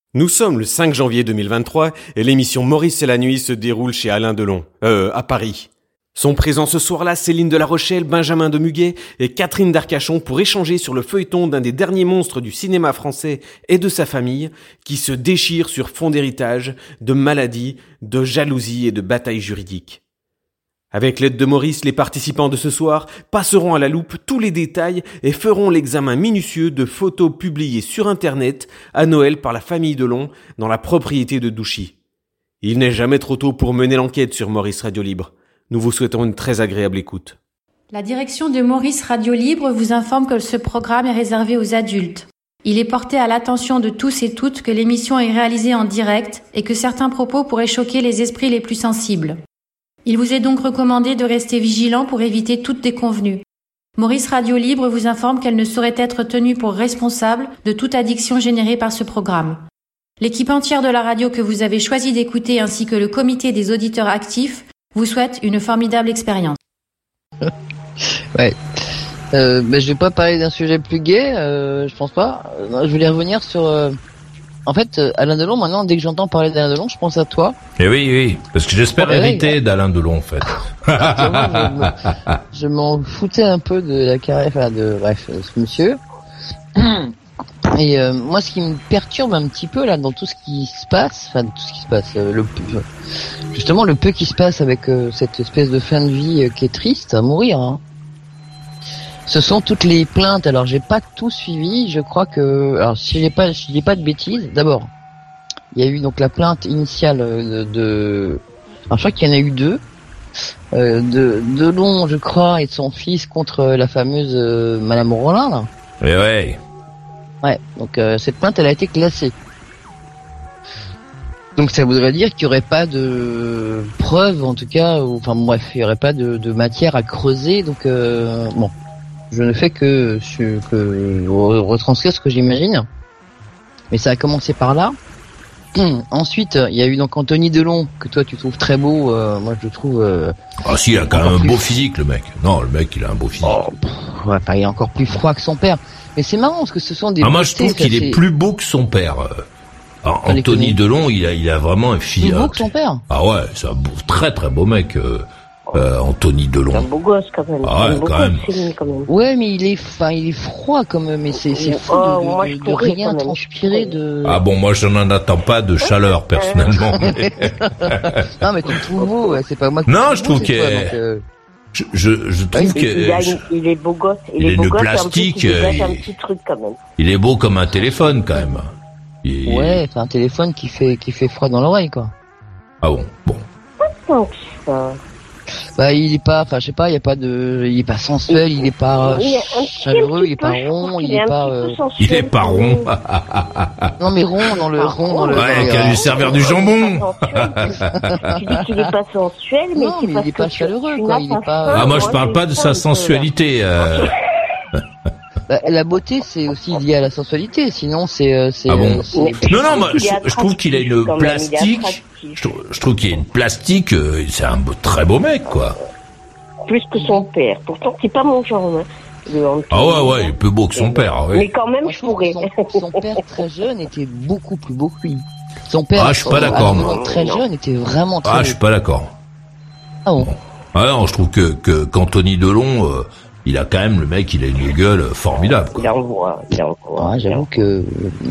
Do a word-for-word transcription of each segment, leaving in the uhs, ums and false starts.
Nous sommes le cinq janvier deux mille vingt-trois et l'émission Maurice et la nuit se déroule chez Alain Delon, euh, à Paris. Sont présents ce soir-là Céline de La Rochelle, Benjamin de Muguet et Catherine d'Arcachon pour échanger sur le feuilleton d'un des derniers monstres du cinéma français et de sa famille qui se déchire sur fond d'héritage, de maladie, de jalousie et de bataille juridique. Avec l'aide de Maurice, les participants de ce soir passeront à la loupe tous les détails et feront l'examen minutieux de photos publiées sur Internet à Noël par la famille Delon dans la propriété de Douchy. Il n'est jamais trop tôt pour mener l'enquête sur Maurice Radio Libre. Nous vous souhaitons une très agréable écoute. La direction de Maurice Radio Libre vous informe que ce programme est réservé aux adultes. Il est porté à l'attention de tous et toutes que l'émission est réalisée en direct et que certains propos pourraient choquer les esprits les plus sensibles. Il vous est donc recommandé de rester vigilant pour éviter toute déconvenue. Maurice Radio Libre vous informe qu'elle ne saurait être tenue pour responsable de toute addiction générée par ce programme. L'équipe entière de la radio que vous avez choisi d'écouter ainsi que le comité des auditeurs actifs vous souhaite une formidable expérience. Ouais. Euh, mais je vais pas parler d'un sujet plus gai, euh, je pense pas. Euh, je voulais revenir sur... Euh... En fait, euh, Alain Delon, maintenant, dès que j'entends parler d'Alain Delon, je pense à toi. Et oui, oui, parce que j'espère oh, hériter oui. d'Alain Delon, en fait. je, je m'en foutais un peu de la carrière, enfin, de, bref, de ce monsieur. Et euh, moi, ce qui me perturbe un petit peu, là, dans tout ce qui se passe, enfin, tout ce qui se passe, euh, le peu, justement, le peu qui se passe avec euh, cette espèce de fin de vie euh, qui est triste, à mourir, hein. Ce sont toutes les plaintes. Alors j'ai pas tout suivi. Je crois que, alors si j'ai pas, si je dis pas de bêtises. D'abord, il y a eu donc la plainte initiale de. de... Alors je crois qu'il y en a eu deux. Euh, de Delon, je crois, et de son fils contre la fameuse euh, Madame Rollin. Là. Ouais, ouais. Ouais. Donc euh, cette plainte, elle a été classée. Donc ça voudrait dire qu'il y aurait pas de preuves, en tout cas, ou, enfin bref, il y aurait pas de, de matière à creuser. Donc euh, bon. Je ne fais que, que retranscrire ce que j'imagine. Mais ça a commencé par là. Ensuite, il y a eu donc Anthony Delon, que toi tu trouves très beau. Euh, moi je le trouve... Euh, ah si, il a quand même un beau physique, le mec. Non, le mec, il a un beau physique. Oh, pff, ouais, il est encore plus froid que son père. Mais c'est marrant, parce que ce sont des... Ah, moi je trouve qu'il est plus beau que son père. Alors, Anthony Delon, il a, il a vraiment un physique... Plus beau que son père. Ah ouais, c'est un beau, très très beau mec... Euh... Euh, Anthony Delon. C'est un beau gosse quand même. Ah ouais, quand même. Film, quand même. Ouais, mais il est, enfin, il est froid quand même. Mais c'est, c'est fou oh, de, moi, de, de rien transpirer de. Ah bon, moi je n'en attends pas de chaleur personnellement. mais... non, mais tu le trouves beau. Ouais, c'est pas moi. Qui non, je trouve qu'il est. Euh... Je, je, je trouve il, que. Il, a une, il est beau gosse. Il, il est est beau une gosse, plastique. Il, il... un petit truc quand même. Il est beau comme un téléphone quand même. Il... Ouais, c'est un téléphone qui fait, qui fait froid dans l'oreille, quoi. Ah bon, bon. Pas tant que ça. Bah il est pas, enfin je sais pas, il y a pas de, il est pas sensuel, il est pas euh, chaleureux, il est pas rond, il est pas, euh... il est pas rond. non mais rond dans le rond dans le. Ouais, qui a dû servir du jambon. Tu dis qu'il est pas sensuel, mais non, c'est mais parce il est pas que chaleureux, tu, quoi. tu Il est pas. Ah moi je parle pas de sa sensualité. Euh... Bah, la beauté, c'est aussi lié à la sensualité. Sinon, c'est, euh, c'est. Ah bon c'est... Non, non, moi, je, je trouve qu'il a une plastique. Je trouve, je trouve qu'il a une plastique. Euh, c'est un beau, très beau mec, quoi. Plus que son père. Pourtant, c'est pas mon genre. Hein. Le ah ouais, ouais, il est plus beau que son père. Ouais. Mais quand même, moi, je pourrais. Son, son père très jeune était beaucoup plus beau que lui. Son père. Ah, je suis pas d'accord, moi. Très non. jeune était vraiment très. Ah, je suis pas d'accord. Ah bon. bon. Ah non, je trouve que que qu'Anthony Delon. Euh, Il a quand même, le mec, il a une gueule formidable, quoi. Il envoie, il envoie. Ouais, j'avoue que...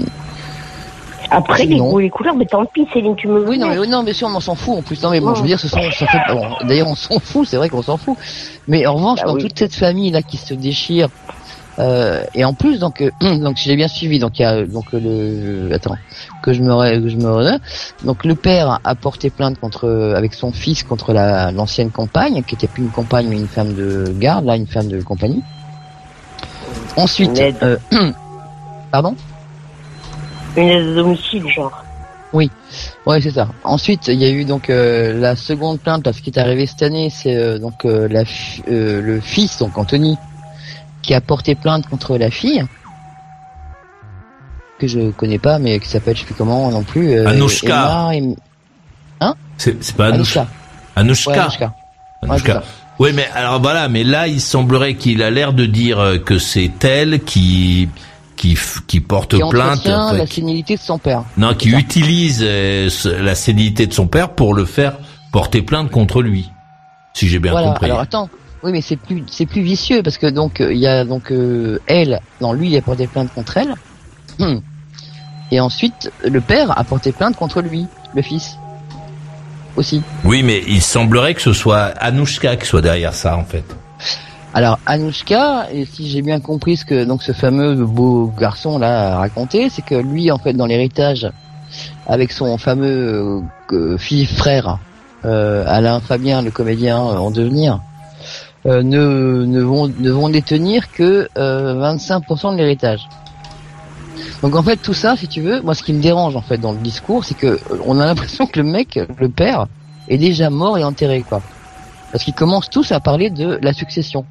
Après, les goûts, les couleurs, mais tant pis, Céline, tu me... Oui, non, mais, non, mais sûr, on s'en fout, en plus. Non, mais bon, oh. je veux dire, ce sont, ça fait, bon, d'ailleurs, on s'en fout, c'est vrai qu'on s'en fout. Mais en revanche, bah, dans oui. toute cette famille-là qui se déchire, euh, et en plus, donc, euh, donc, si j'ai bien suivi, donc, il y a, donc, le, attends, que je me, que je me, donc, le père a porté plainte contre, avec son fils contre la, l'ancienne compagne, qui était plus une compagne, mais une femme de garde, là, une femme de compagnie. Ensuite, euh, pardon? Une aide de domicile, genre. Oui, ouais, c'est ça. Ensuite, il y a eu donc euh, la seconde plainte, là, ce qui est arrivé cette année, c'est euh, donc euh, la, euh, le fils, donc Anthony, qui a porté plainte contre la fille que je connais pas, mais qui s'appelle je sais plus comment non plus. Euh, Anouchka. Et... Hein? C'est, c'est pas Anouchka. Anouchka. Ouais, Anouchka. Anouchka. Ouais, oui, mais alors voilà, mais là il semblerait qu'il a l'air de dire que c'est elle qui qui qui porte qui plainte, enfin, la sénilité de son père. Non, qui utilise euh, la sénilité de son père pour le faire porter plainte contre lui, si j'ai bien voilà. compris. Alors attends, oui, mais c'est plus c'est plus vicieux parce que donc il euh, y a donc euh, elle, non lui il a porté plainte contre elle, hum. et ensuite le père a porté plainte contre lui, le fils aussi. Oui, mais il semblerait que ce soit Anouchka qui soit derrière ça en fait. Alors Anouchka, et si j'ai bien compris ce que donc ce fameux beau garçon là a raconté, c'est que lui en fait dans l'héritage avec son fameux euh, fils frère euh, Alain Fabien, le comédien euh, en devenir, euh, ne ne vont ne vont détenir que euh, vingt-cinq pour cent de l'héritage. Donc en fait tout ça, si tu veux, moi ce qui me dérange en fait dans le discours, c'est que on a l'impression que le mec, le père, est déjà mort et enterré quoi. Parce qu'ils commencent tous à parler de la succession.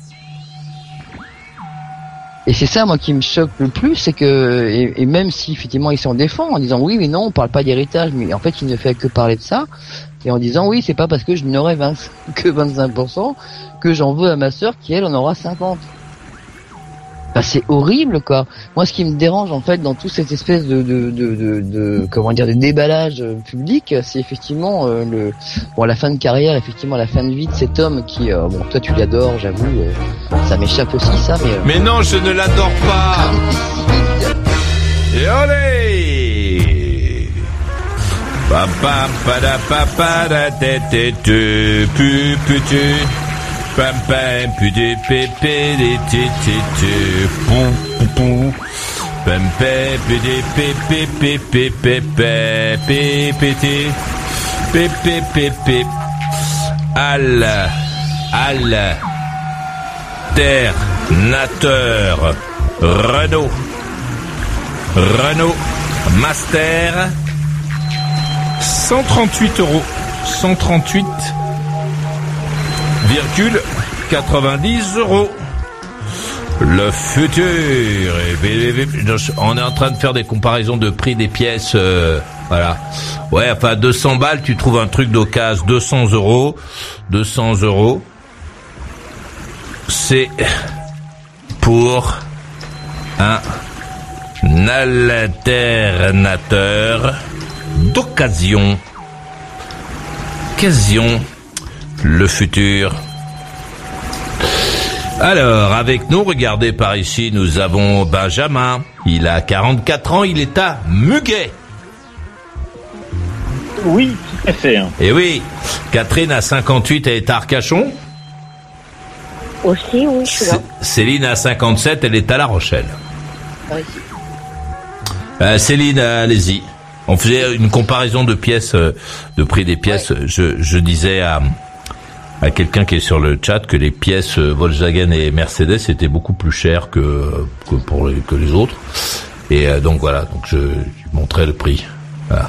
Et c'est ça, moi, qui me choque le plus, c'est que, et, et même si, effectivement, ils s'en défendent en disant oui, mais non, on parle pas d'héritage, mais en fait, il ne fait que parler de ça, et en disant oui, c'est pas parce que je n'aurai vingt, que vingt-cinq pour cent que j'en veux à ma sœur qui, elle, en aura cinquante. Bah, c'est horrible, quoi. Moi, ce qui me dérange, en fait, dans toute cette espèce de, de, de, de, de comment dire, de déballage public, c'est effectivement euh, le, bon, la fin de carrière, effectivement, la fin de vie de cet homme qui, euh, bon, toi, tu l'adores, j'avoue, euh, ça m'échappe aussi, ça, mais. Euh... Mais non, je ne l'adore pas. Et allez. Papa, pada, papa, da, da, da, da, pu, pu, tu. Pam pam pude pépé des tétés pom pom pom pam pam pude pépé pépé pépé pépé pépé pépé al al terre nateur Renault Renault Master cent trente-huit euros cent trente-huit virgule quatre-vingt-dix euros. Le futur. On est en train de faire des comparaisons de prix des pièces. Euh, voilà. Ouais, enfin deux cents balles, tu trouves un truc d'occasion, deux cents euros. deux cents euros. C'est pour un alternateur d'occasion. Occasion. Le futur. Alors, avec nous, regardez par ici, nous avons Benjamin. Il a quarante-quatre ans, il est à Muguet. Oui, tout à fait. Et oui, Catherine a cinquante-huit, elle est à Arcachon. Aussi, oui, je suis là. Céline a cinquante-sept, elle est à La Rochelle. Oui. Euh, Céline, allez-y. On faisait une comparaison de pièces, de prix des pièces. Ouais. Je, je disais à... à quelqu'un qui est sur le chat que les pièces Volkswagen et Mercedes étaient beaucoup plus chères que que pour les, que les autres, et euh, donc voilà, donc je, je montrais le prix. Voilà.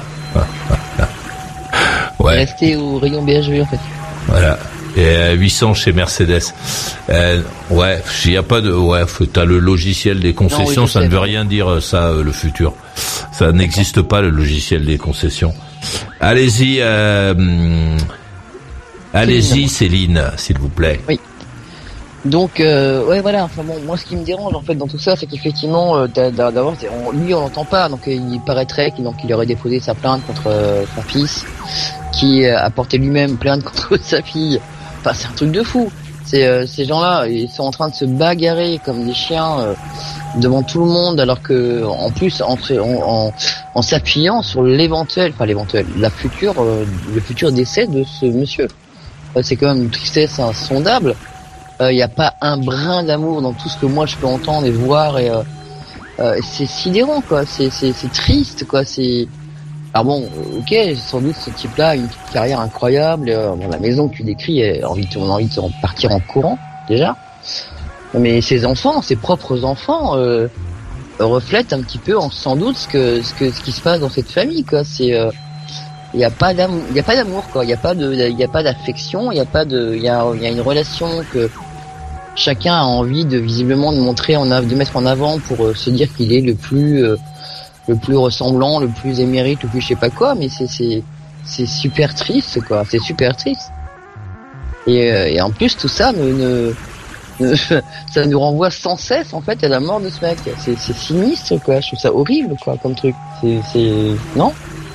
Ouais. Restez au rayon B H V en fait. Voilà. Et euh, huit cents chez Mercedes. Euh, ouais, il y a pas de, ouais, t'as le logiciel des concessions, non, oui, ça sais. Ne veut rien dire ça, euh, le futur. Ça n'existe pas le logiciel des concessions. Allez-y. Euh, Allez-y, Céline, s'il vous plaît. Oui. Donc, euh, ouais, voilà. Enfin bon, moi, ce qui me dérange en fait dans tout ça, c'est qu'effectivement, euh, d'abord, on, lui, on l'entend pas. Donc, il paraîtrait qu'il donc il aurait déposé sa plainte contre euh, son fils, qui euh, a porté lui-même plainte contre sa fille. Enfin, c'est un truc de fou. C'est euh, ces gens-là, ils sont en train de se bagarrer comme des chiens euh, devant tout le monde, alors que, en plus, en, en, en s'appuyant sur l'éventuel, enfin l'éventuel, la future, euh, le futur décès de ce monsieur. C'est quand même une tristesse insondable. Il euh, n'y a pas un brin d'amour dans tout ce que moi je peux entendre et voir, et euh, euh, c'est sidérant quoi. C'est c'est c'est triste quoi. C'est alors bon, ok, sans doute ce type-là a une carrière incroyable. Euh, bon, la maison que tu décris, elle, envie de, on a envie de partir en courant déjà. Mais ses enfants, ses propres enfants, euh, reflètent un petit peu, sans doute, ce que ce que ce qui se passe dans cette famille quoi. C'est euh, il y a pas d'amour, il y a pas d'amour quoi, il y a pas de il y a pas d'affection, il y a pas de il y a il y a une relation que chacun a envie de visiblement de montrer en de mettre en avant pour euh, se dire qu'il est le plus euh, le plus ressemblant, le plus émérite, le plus je sais pas quoi, mais c'est c'est c'est super triste quoi, c'est super triste. Et, euh, et en plus tout ça ne, ne ça nous renvoie sans cesse en fait à la mort de ce mec. C'est, c'est sinistre quoi. Je trouve ça horrible quoi comme truc. C'est, c'est... non.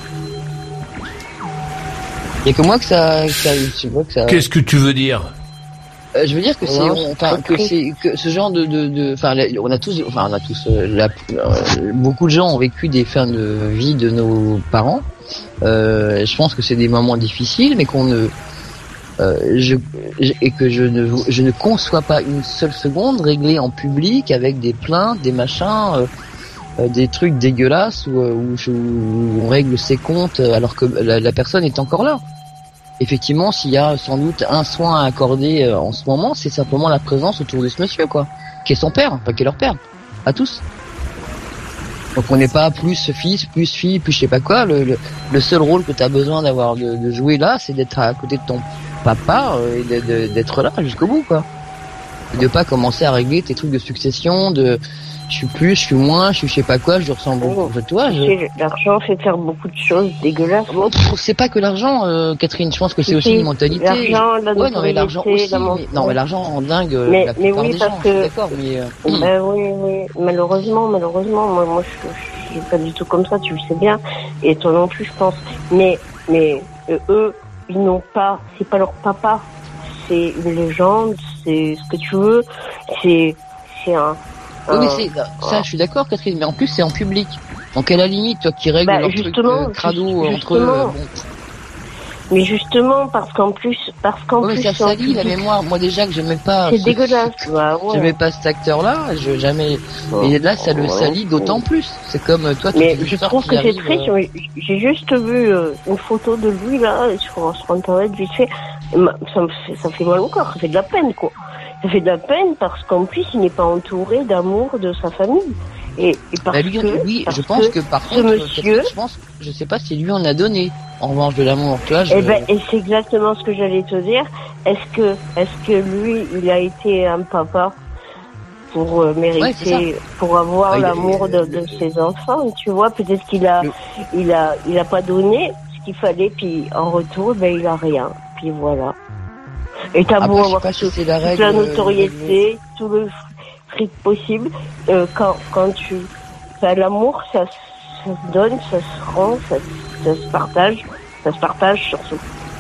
Il y a que moi que ça, que ça, je vois que ça. Qu'est-ce que tu veux dire? Euh, je veux dire que c'est, enfin que c'est que ce genre de de, de enfin on a tous, enfin on a tous, euh, la, euh, beaucoup de gens ont vécu des fins de vie de nos parents. Euh, je pense que c'est des moments difficiles, mais qu'on ne Euh, je, je, et que je ne, je ne conçois pas une seule seconde régler en public avec des plaintes, des machins, euh, euh, des trucs dégueulasses où, où, je, où on règle ses comptes alors que la, la personne est encore là. Effectivement, s'il y a sans doute un soin à accorder euh, en ce moment, c'est simplement la présence autour de ce monsieur, quoi, qui est son père, enfin qui est leur père, à tous. Donc on n'est pas plus fils, plus fille, plus je sais pas quoi. Le, le, le seul rôle que tu as besoin d'avoir de, de jouer là, c'est d'être à côté de ton papa euh, et de, de, d'être là jusqu'au bout, quoi. Et de pas commencer à régler tes trucs de succession, de je suis plus, je suis moins, je suis je sais pas quoi, je ressemble oh, à toi. Je... L'argent fait faire beaucoup de choses dégueulasses. Bon, c'est pas que l'argent, euh, Catherine. Je pense que c'est, c'est aussi une mentalité. L'argent, la ouais, non mais l'argent aussi. La mais, non mais l'argent en dingue. Mais, la mais plupart oui, des parce gens, que. Je suis d'accord, mais. Euh... Ben oui, oui. Malheureusement, malheureusement, moi, moi, je, je suis pas du tout comme ça. Tu le sais bien. Et toi non plus, je pense. Mais, mais euh, eux, ils n'ont pas. C'est pas leur papa. C'est une légende. C'est ce que tu veux. C'est, c'est un. Oui, mais c'est, ça, je suis d'accord, Catherine, mais en plus, c'est en public. Donc, à la limite, toi qui règles bah, leur truc euh, crado entre eux, bon. Mais justement, parce qu'en plus, parce qu'en ouais, plus. Mais ça salit la mémoire. Moi, déjà, que j'aimais pas. C'est ce, dégueulasse, bah, ouais. J'aimais pas cet acteur-là, je, jamais. Oh, et là, ça le salit d'autant plus. C'est comme toi, tu Mais je trouve que c'est triste. Euh... J'ai juste vu euh, une photo de lui, là, sur, sur Internet, vite fait. Ça me fait, ça me fait mal au corps, ça fait de la peine, quoi. Ça fait de la peine parce qu'en plus, il n'est pas entouré d'amour de sa famille. Et, et parce bah lui, que, oui, parce je pense que, que par contre, monsieur, je pense, je sais pas si lui en a donné. En revanche de l'amour, tu vois. Je... Eh ben, et c'est exactement ce que j'allais te dire. Est-ce que, est-ce que lui, il a été un papa pour euh, mériter, ouais, pour avoir ah, l'amour est... de, de ses enfants, tu vois? Peut-être qu'il a, le... il a, il a pas donné ce qu'il fallait, puis en retour, ben il a rien. Puis voilà. Et t'as beau avoir tout, si la, règle, toute la notoriété, euh, tout le fric possible, euh, quand, quand tu as l'amour, ça, ça se donne, ça se rend, ça, ça se partage, ça se partage surtout.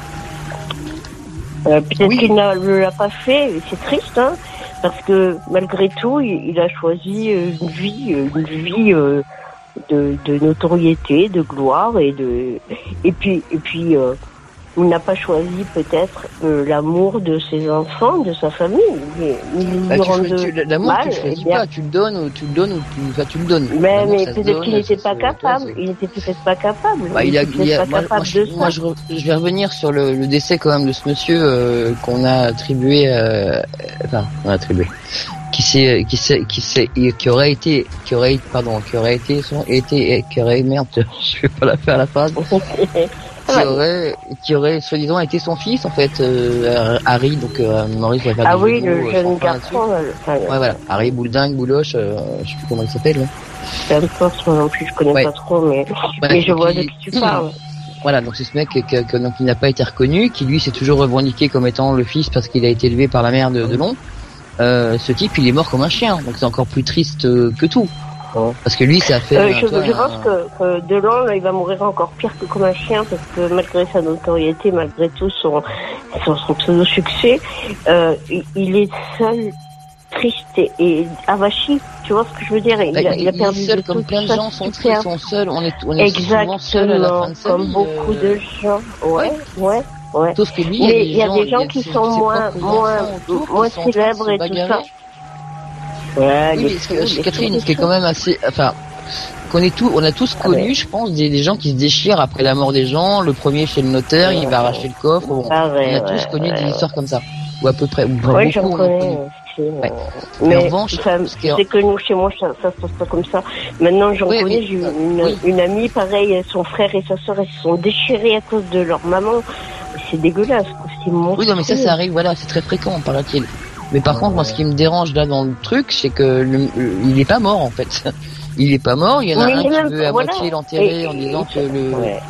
Euh, peut-être oui. qu'il ne l'a pas fait, c'est triste, hein, parce que malgré tout, il, il a choisi une vie, une vie euh, de, de notoriété, de gloire et de, et puis, et puis. Euh, il n'a pas choisi peut-être euh, l'amour de ses enfants, de sa famille. Il, il bah, lui tu, rend tu, l'amour, mal, tu le choisis pas, tu le donnes ou tu le donnes ou tu, enfin, tu le donnes. Mais, l'amour, mais peut-être donne, qu'il n'était pas se, capable. toi, il n'était peut-être pas capable. Bah, il, il a, il a, pas moi, capable moi, je, de ça. moi je, je vais revenir sur le, le décès quand même de ce monsieur euh, qu'on a attribué, euh, enfin, on a attribué, qui s'est, qui s'est, qui s'est, qui aurait été, qui aurait, pardon, qui aurait été, son, été, qui aurait, merde, je vais pas la faire la phrase. qui aurait, qui aurait soi-disant été son fils en fait, euh, Harry, donc euh, Maurice va faire ah des oui, mots, le jeune garçon. Enfin, ouais, voilà, Harry Bouldingue, Bouloche, euh, je sais plus comment il s'appelle. Là. C'est un poste, moi non plus, je connais ouais. pas trop, mais, ouais, mais je vois il... de qui tu parles. Voilà, donc c'est ce mec que, que, donc, il n'a pas été reconnu, qui lui s'est toujours revendiqué comme étant le fils parce qu'il a été élevé par la mère de, de Long. Euh, ce type, il est mort comme un chien, donc c'est encore plus triste euh, que tout. Parce que lui, ça a fait. Euh, je, je pense que, que Delon, là, il va mourir encore pire que comme un chien, parce que malgré sa notoriété, malgré tout son, son, son pseudo-succès, euh, il, il est seul, triste et, et avachi. Tu vois ce que je veux dire? Il, bah, a, il a perdu il est seul, de comme tout, plein de gens sont tristes, sont seuls. On est, on est souvent seuls à la fin de sa comme vie, beaucoup euh... de gens. Ouais, ouais. Ouais. Sauf que lui, mais il y a des gens, gens qui sont moins, moins, moins célèbres et tout ça. Ouais, oui, mais ce que, Catherine, ce qui est quand même assez, enfin, qu'on est tous, on a tous connu, ah ouais. je pense, des, des gens qui se déchirent après la mort des gens. Le premier chez le notaire, ouais, il va arracher le coffre. Bon, ah ouais, on a tous ouais, connu ouais, des ouais. histoires comme ça, ou à peu près. Ou oui, beaucoup, j'en connais. Ouais. Mais, mais en revanche, c'est que nous, chez moi, ça, ça se passe pas comme ça. Maintenant, j'en oui, connais, oui, j'ai une, oui. une amie, pareil, son frère et sa sœur, ils se sont déchirés à cause de leur maman. C'est dégueulasse, c'est monstrueux. Oui, non, mais ça, ça arrive, voilà, c'est très fréquent, paraît-il. Mais par ouais. contre, moi, ce qui me dérange là dans le truc, c'est que le, le, il est pas mort en fait. Il est pas mort. Il y en a mais un qui même, veut à voilà. moitié l'enterrer et, en disant que le. Ouais.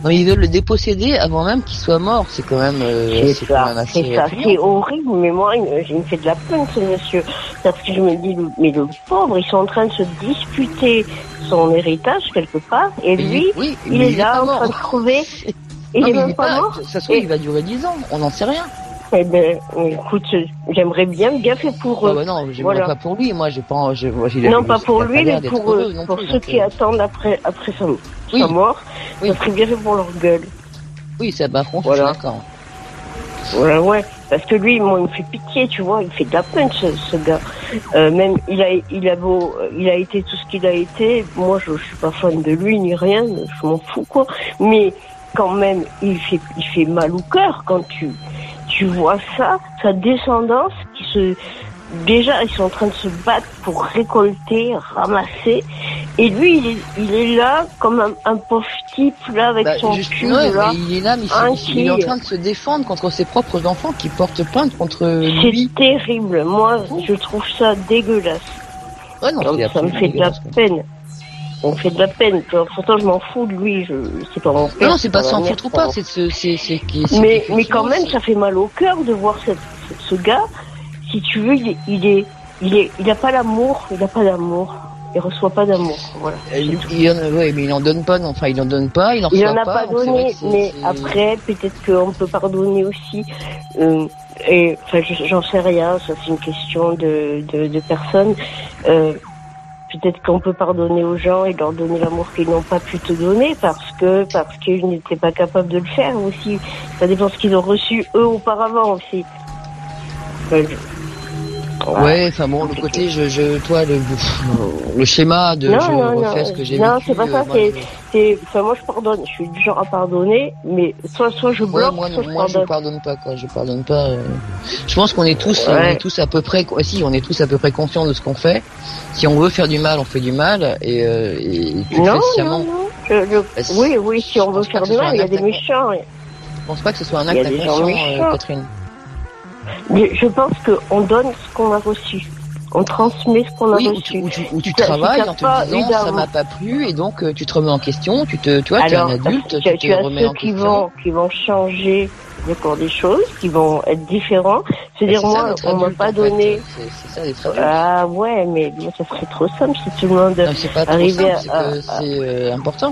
Non, ils veulent le déposséder avant même qu'il soit mort. C'est quand même, euh, c'est, c'est ça, quand même assez c'est ça, c'est horrible. Mais moi, il me, il me fait de la peine, ce monsieur. Parce que je me dis, mais le pauvre, ils sont en train de se disputer son héritage quelque part, et lui, oui, il est là en train de crever. Il non, est mais même il est pas pas mort. Ça se trouve, il va durer dix ans. On n'en sait rien. Eh ben, écoute, j'aimerais bien, bien fait pour eux. Ah bah non, j'aimerais voilà. pas pour lui. Moi, j'ai pas, j'ai, j'ai non, pas pour lui, mais pour eux, pour ceux qui euh... attendent après, après sa, oui. sa mort. Oui. Ça serait bien fait pour leur gueule. Oui, c'est bah, bon, voilà. Je suis d'accord. Voilà, ouais. Parce que lui, moi, il me fait pitié, tu vois. Il fait de la peine, ce, ce gars. Euh, même, il a, il a beau, il a été tout ce qu'il a été. Moi, je, je suis pas fan de lui ni rien. Je m'en fous, quoi. Mais quand même, il fait, il fait mal au cœur quand tu, tu vois ça, sa descendance qui se, déjà, ils sont en train de se battre pour récolter, ramasser. Et lui, il est, il est là comme un, un pauvre type là avec bah, son juste, cul ouais, là. Il est là, mais il, il est en train de se défendre contre ses propres enfants qui portent plainte contre lui. C'est terrible. Moi, je trouve ça dégueulasse. Ouais, non, donc, ça me fait de la peine. On me fait de la peine. Pourtant, je m'en fous de lui. Je, c'est pas mon père. Non, c'est pas s'en foutre ou pas. C'est, c'est, c'est, c'est, c'est mais, mais quand même, ça fait mal au cœur de voir cette, ce gars. Si tu veux, il est, il est, il est, il a pas l'amour. Il a pas d'amour. Il reçoit pas d'amour. Voilà. Il, il en, ouais, mais il en donne pas. Non, enfin, il en donne pas. Il en il reçoit en a pas. pas donné. C'est, mais c'est... après, peut-être qu'on peut pardonner aussi. Euh, et enfin, j'en sais rien. Ça, c'est une question de, de, de personnes. Euh, Peut-être qu'on peut pardonner aux gens et leur donner l'amour qu'ils n'ont pas pu te donner parce que parce qu'ils n'étaient pas capables de le faire aussi. Ça dépend de ce qu'ils ont reçu eux auparavant aussi. Ouais, ouais enfin bon, le côté, je, je, toi, le, le schéma de non, je non, refais non, ce que j'ai non, vécu. c'est pas ça. Euh, c'est, je... c'est, enfin, moi, je pardonne. Je suis du genre à pardonner, mais soit, soit je bloque, ouais, moi, soit non, je moi, pardonne. je pardonne pas, quoi. Je pardonne pas. Euh... Je pense qu'on est tous, ouais. on est tous à peu près, quoi. Si, on est tous à peu près conscients de ce qu'on fait. Si on veut faire du mal, on fait du mal, et, euh, et tu non, le fais sciemment. Non, non. Je, je... Bah, oui, oui, si on veut faire du mal, il y a des méchants. Je pense pas que ce soit un acte inconscient, euh, Catherine. Mais je pense qu'on donne ce qu'on a reçu. On transmet ce qu'on a oui, reçu. Ou tu, ou tu, ou tu travailles en te disant ça m'a pas plu et donc euh, tu te remets en question, tu te, tu vois, tu es un adulte, tu, tu, tu te as remets ceux en qui question. Vont, qui vont changer le cours des choses, qui vont être différents. C'est-à-dire c'est moi, ça, on m'a pas donné. C'est, c'est ça d'être adulte. Ah ouais, mais moi, ça serait trop simple si tout le monde non, c'est pas arrivait trop simple, à. C'est, que à... c'est euh, important.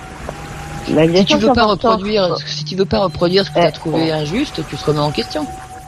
Bah, si tu veux pas reproduire, si tu veux pas reproduire ce que tu as trouvé injuste, tu te remets en question.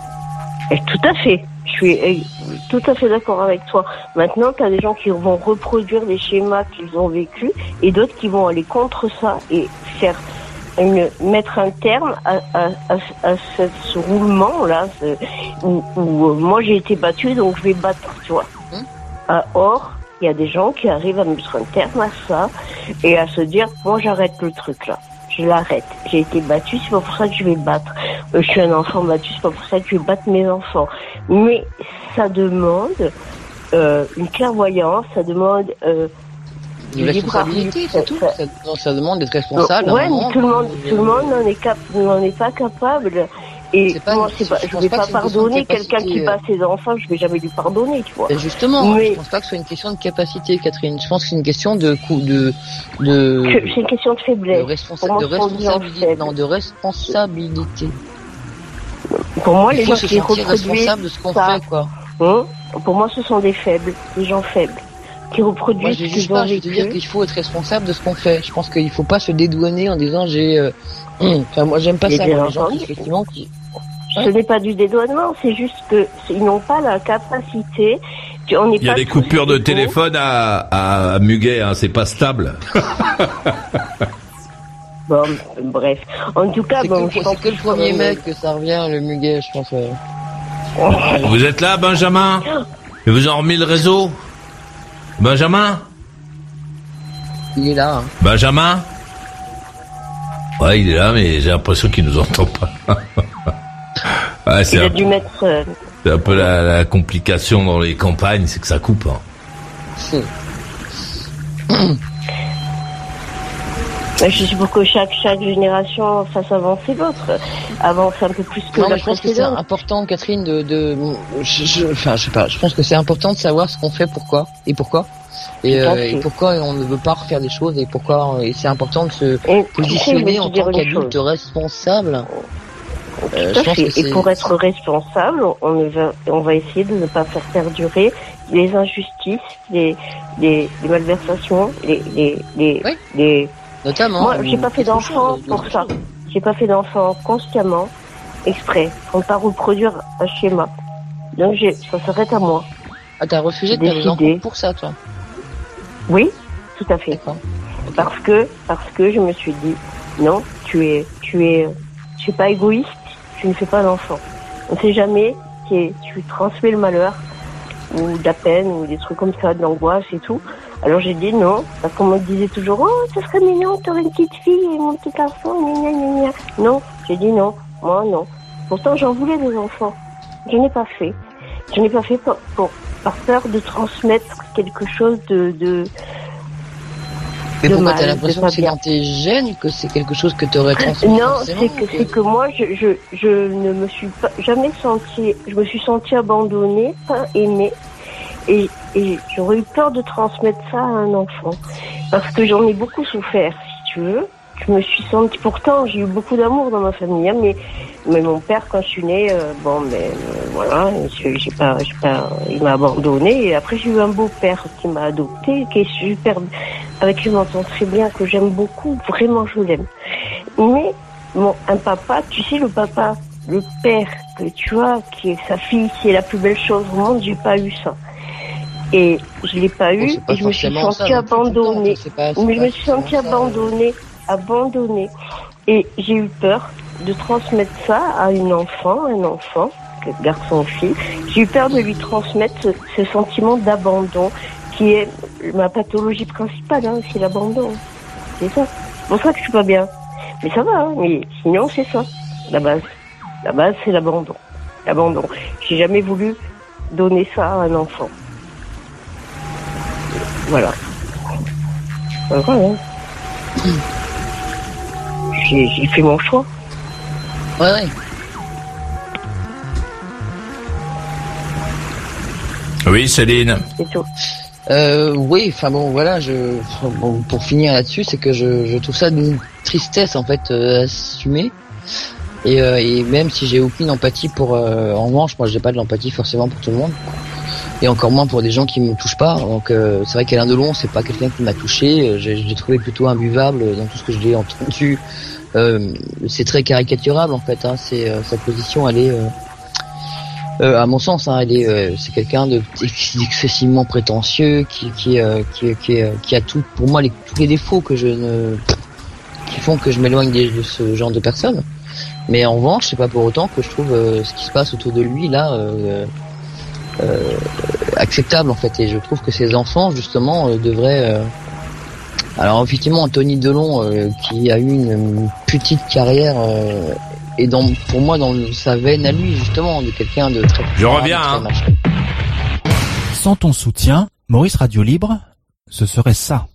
Et tout à fait. Je suis tout à fait d'accord avec toi. Maintenant, tu as des gens qui vont reproduire les schémas qu'ils ont vécus et d'autres qui vont aller contre ça et faire une, mettre un terme à, à, à, à ce, ce roulement-là ce, où, où moi j'ai été battue donc je vais battre, tu vois. Hum. Euh, or, il y a des gens qui arrivent à mettre un terme à ça et à se dire, moi j'arrête le truc là. Je l'arrête. J'ai été battue, c'est pas pour ça que je vais battre. Euh, je suis un enfant battu, c'est pas pour ça que je vais battre mes enfants. Mais ça demande euh, une clairvoyance, ça demande euh, une responsabilité, c'est tout. Ça, ça demande d'être responsable. Ouais, mais tout le monde, tout le monde n'en est, cap- n'en est pas capable. Et c'est pas, moi, c'est pas, je, je vais pas, pas pardonner quelqu'un qui bat ses enfants, je vais jamais lui pardonner, tu vois. Et justement, mais... je pense pas que ce soit une question de capacité, Catherine. Je pense que c'est une question de coup, de, de. C'est une question de faiblesse. De, responsa- moi, de responsabilité. Non, de responsabilité. Pour moi, les Il faut gens se qui sentir responsable de ce qu'on ça, fait, quoi. Hein, pour moi, ce sont des faibles, des gens faibles. Qui reproduisent moi, je ce qu'ils pas, ont je veux te dire qu'il faut être responsable de ce qu'on fait. Je pense qu'il faut pas se dédouaner en disant j'ai. Euh... Enfin, moi, j'aime pas mais ça. Les gens qui, effectivement, qui. Ce n'est pas du dédouanement, c'est juste que ils n'ont pas la capacité. On Il y a des coupures de téléphone à, à, à Muguet, hein, c'est pas stable. Bon, bref. En tout cas, c'est bon, que, je c'est pense que le premier que mec que ça revient, le Muguet, je pense. Euh... Vous êtes là, Benjamin? Et vous en remis le réseau? Benjamin? Il est là. Hein. Benjamin? Ouais, il est là, mais j'ai l'impression qu'il nous entend pas. Ouais, c'est il a un, dû mettre. Euh... C'est un peu la, la complication dans les campagnes, c'est que ça coupe. Hein. Si. Je suis pour que chaque chaque génération fasse avancer l'autre, avance un peu plus que non, la mais je pense précédente. que c'est important, Catherine, de, de, je, je, enfin, je sais pas, je pense que c'est important de savoir ce qu'on fait, pourquoi et pourquoi. Et, euh, et pourquoi on ne veut pas refaire des choses et pourquoi et c'est important de se et positionner en tant qu'adulte responsable. Euh, je pense que et pour être responsable, on va, on va essayer de ne pas faire perdurer les injustices, les, les, les malversations, les, les, les, oui. les... Notamment. Moi, j'ai pas fait d'enfant pour ça. J'ai pas fait d'enfant consciemment, exprès, pour ne pas reproduire un schéma. Donc, j'ai, ça s'arrête à moi. Ah, t'as refusé de faire des enfants pour ça, toi? Oui, tout à fait. D'accord. Parce que, parce que je me suis dit, non, tu es, tu es, tu es pas égoïste. Tu ne fais pas d'enfant. On ne sait jamais que tu transmets le malheur ou de la peine ou des trucs comme ça, de l'angoisse et tout. Alors j'ai dit non, parce qu'on me disait toujours oh, ce serait mignon, t'aurais une petite fille et mon petit garçon, gna gna gna. Non, j'ai dit non, moi non. Pourtant j'en voulais des enfants. Je n'ai pas fait. Je n'ai pas fait pour, pour par peur de transmettre quelque chose de... de Mais pourquoi t'as l'impression que c'est dans tes gènes, que c'est quelque chose que t'aurais transmis? Non, c'est que, que c'est que moi, je, je, je ne me suis pas, jamais sentie, je me suis sentie abandonnée, pas aimée, et, et j'aurais eu peur de transmettre ça à un enfant, parce que j'en ai beaucoup souffert, si tu veux. Je me suis sentie, pourtant, j'ai eu beaucoup d'amour dans ma famille, hein, mais, mais mon père, quand je suis née, euh, bon, ben, euh, voilà, j'ai, j'ai pas, j'ai pas, il m'a abandonnée, et après j'ai eu un beau-père qui m'a adoptée, qui est super, avec qui je m'entends très bien, que j'aime beaucoup, vraiment je l'aime. Mais, bon, un papa, tu sais, le papa, le père, que tu vois, qui est sa fille, qui est la plus belle chose au monde, j'ai pas eu ça. Et je l'ai pas eu, bon, et je me suis sentie abandonnée. Pas, mais je me suis sentie abandonnée. abandonnée et j'ai eu peur de transmettre ça à une enfant, un enfant, garçon ou fille. J'ai eu peur de lui transmettre ce, ce sentiment d'abandon qui est ma pathologie principale, hein, c'est l'abandon. C'est ça. C'est pour ça que je suis pas bien. Mais ça va, hein, mais sinon c'est ça, la base. La base c'est l'abandon. L'abandon. J'ai jamais voulu donner ça à un enfant. Voilà. Voilà. Hein. Mmh. J'ai, j'ai fait mon choix. Ouais, ouais. Oui, Céline. C'est tout. Euh, oui, enfin bon, voilà, je, bon, pour finir là-dessus, c'est que je, je trouve ça d'une tristesse en fait euh, assumée. Et, euh, et même si j'ai aucune empathie pour, euh, en revanche, moi j'ai pas de l'empathie forcément pour tout le monde. Et encore moins pour des gens qui me touchent pas. Donc euh, c'est vrai qu'Alain Delon, c'est pas quelqu'un qui m'a touché. Je l'ai trouvé plutôt imbuvable dans tout ce que je l'ai entendu. Euh, c'est très caricaturable en fait. Hein. C'est euh, sa position, elle est, euh, euh, à mon sens, hein, elle est, euh, c'est quelqu'un de excessivement prétentieux, qui qui euh, qui, qui, euh, qui a tout, pour moi, les, tous les défauts que je ne, qui font que je m'éloigne de, de ce genre de personnes. Mais en revanche, c'est pas pour autant que je trouve euh, ce qui se passe autour de lui là. Euh, Euh, acceptable en fait, et je trouve que ces enfants justement euh, devraient euh... alors effectivement Anthony Delon euh, qui a eu une, une petite carrière euh, et dans, pour moi dans sa veine à lui justement de quelqu'un de très je reviens hein. Sans ton soutien, Maurice Radio Libre, ce serait ça: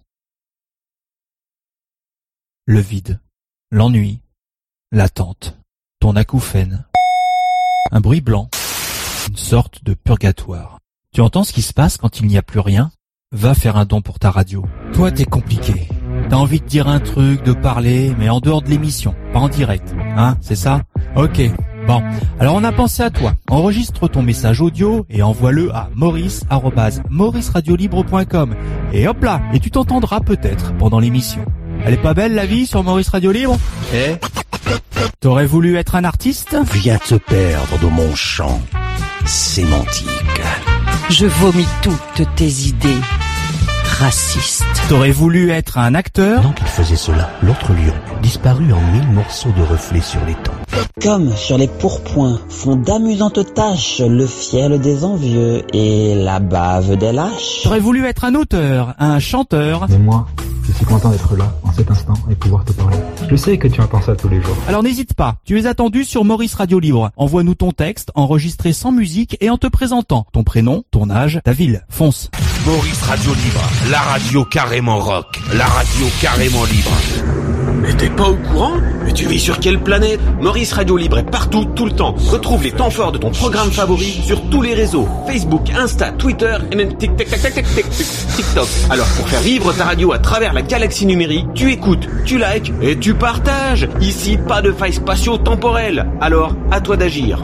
le vide, l'ennui, l'attente, ton acouphène, un bruit blanc, une sorte de purgatoire. Tu entends ce qui se passe quand il n'y a plus rien? Va faire un don pour ta radio. Toi, t'es compliqué. T'as envie de dire un truc, de parler, mais en dehors de l'émission, pas en direct. Hein, c'est ça? Ok. Bon. Alors on a pensé à toi. Enregistre ton message audio et envoie-le à maurice arobase maurice radio libre point com. Et hop là! Et tu t'entendras peut-être pendant l'émission. Elle est pas belle la vie sur Maurice Radio Libre? Eh? T'aurais voulu être un artiste? Viens te perdre dans mon champ sémantique. Je vomis toutes tes idées racistes. T'aurais voulu être un acteur? Pendant qu'il faisait cela, l'autre lion disparut en mille morceaux de reflets sur l'étang. Comme sur les pourpoints font d'amusantes taches le fiel des envieux et la bave des lâches. T'aurais voulu être un auteur, un chanteur? Mais moi, je suis content d'être là, en cet instant, et pouvoir te parler. Je sais que tu en penses à tous les jours. Alors n'hésite pas, tu es attendu sur Maurice Radio Libre. Envoie-nous ton texte, enregistré sans musique et en te présentant ton prénom, ton âge, ta ville. Fonce. Maurice Radio Libre, la radio carrément rock, la radio carrément libre. Mais t'es pas au courant? Mais tu vis sur quelle planète? Maurice Radio Libre est partout, tout le temps. Retrouve les temps forts de ton programme favori sur tous les réseaux. Facebook, Insta, Twitter et même TikTok. Alors pour faire vivre ta radio à travers la galaxie numérique, tu écoutes, tu likes et tu partages. Ici, pas de failles spatio-temporelles. Alors, à toi d'agir.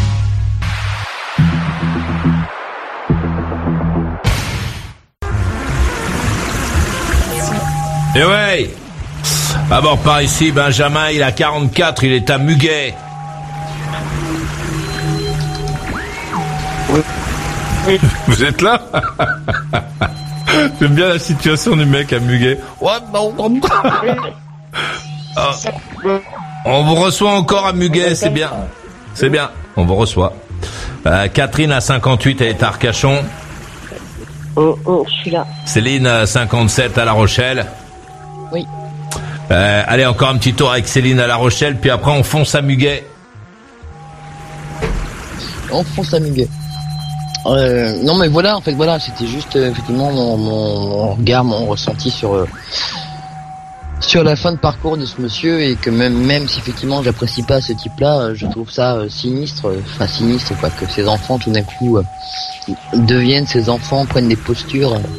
Et ouais. D'abord par ici, Benjamin, il a quarante-quatre, il est à Muguet. Oui. Vous êtes là? J'aime bien la situation du mec à Muguet. What? Ah. On vous reçoit encore à Muguet, c'est bien. C'est bien, on vous reçoit. Euh, Catherine à cinquante-huit, elle est à Arcachon. Oh, oh, je suis là. Céline à cinquante-sept à La Rochelle. Oui. Euh, allez, encore un petit tour avec Céline à La Rochelle, puis après on fonce à Muguet. On fonce à Muguet. Euh, non mais voilà, en fait voilà, c'était juste euh, effectivement mon, mon, mon regard, mon ressenti sur euh, sur la fin de parcours de ce monsieur, et que même même si effectivement j'apprécie pas ce type-là, euh, je trouve ça euh, sinistre, enfin euh, sinistre quoi, que ces enfants tout d'un coup euh, deviennent ces enfants, prennent des postures. Euh,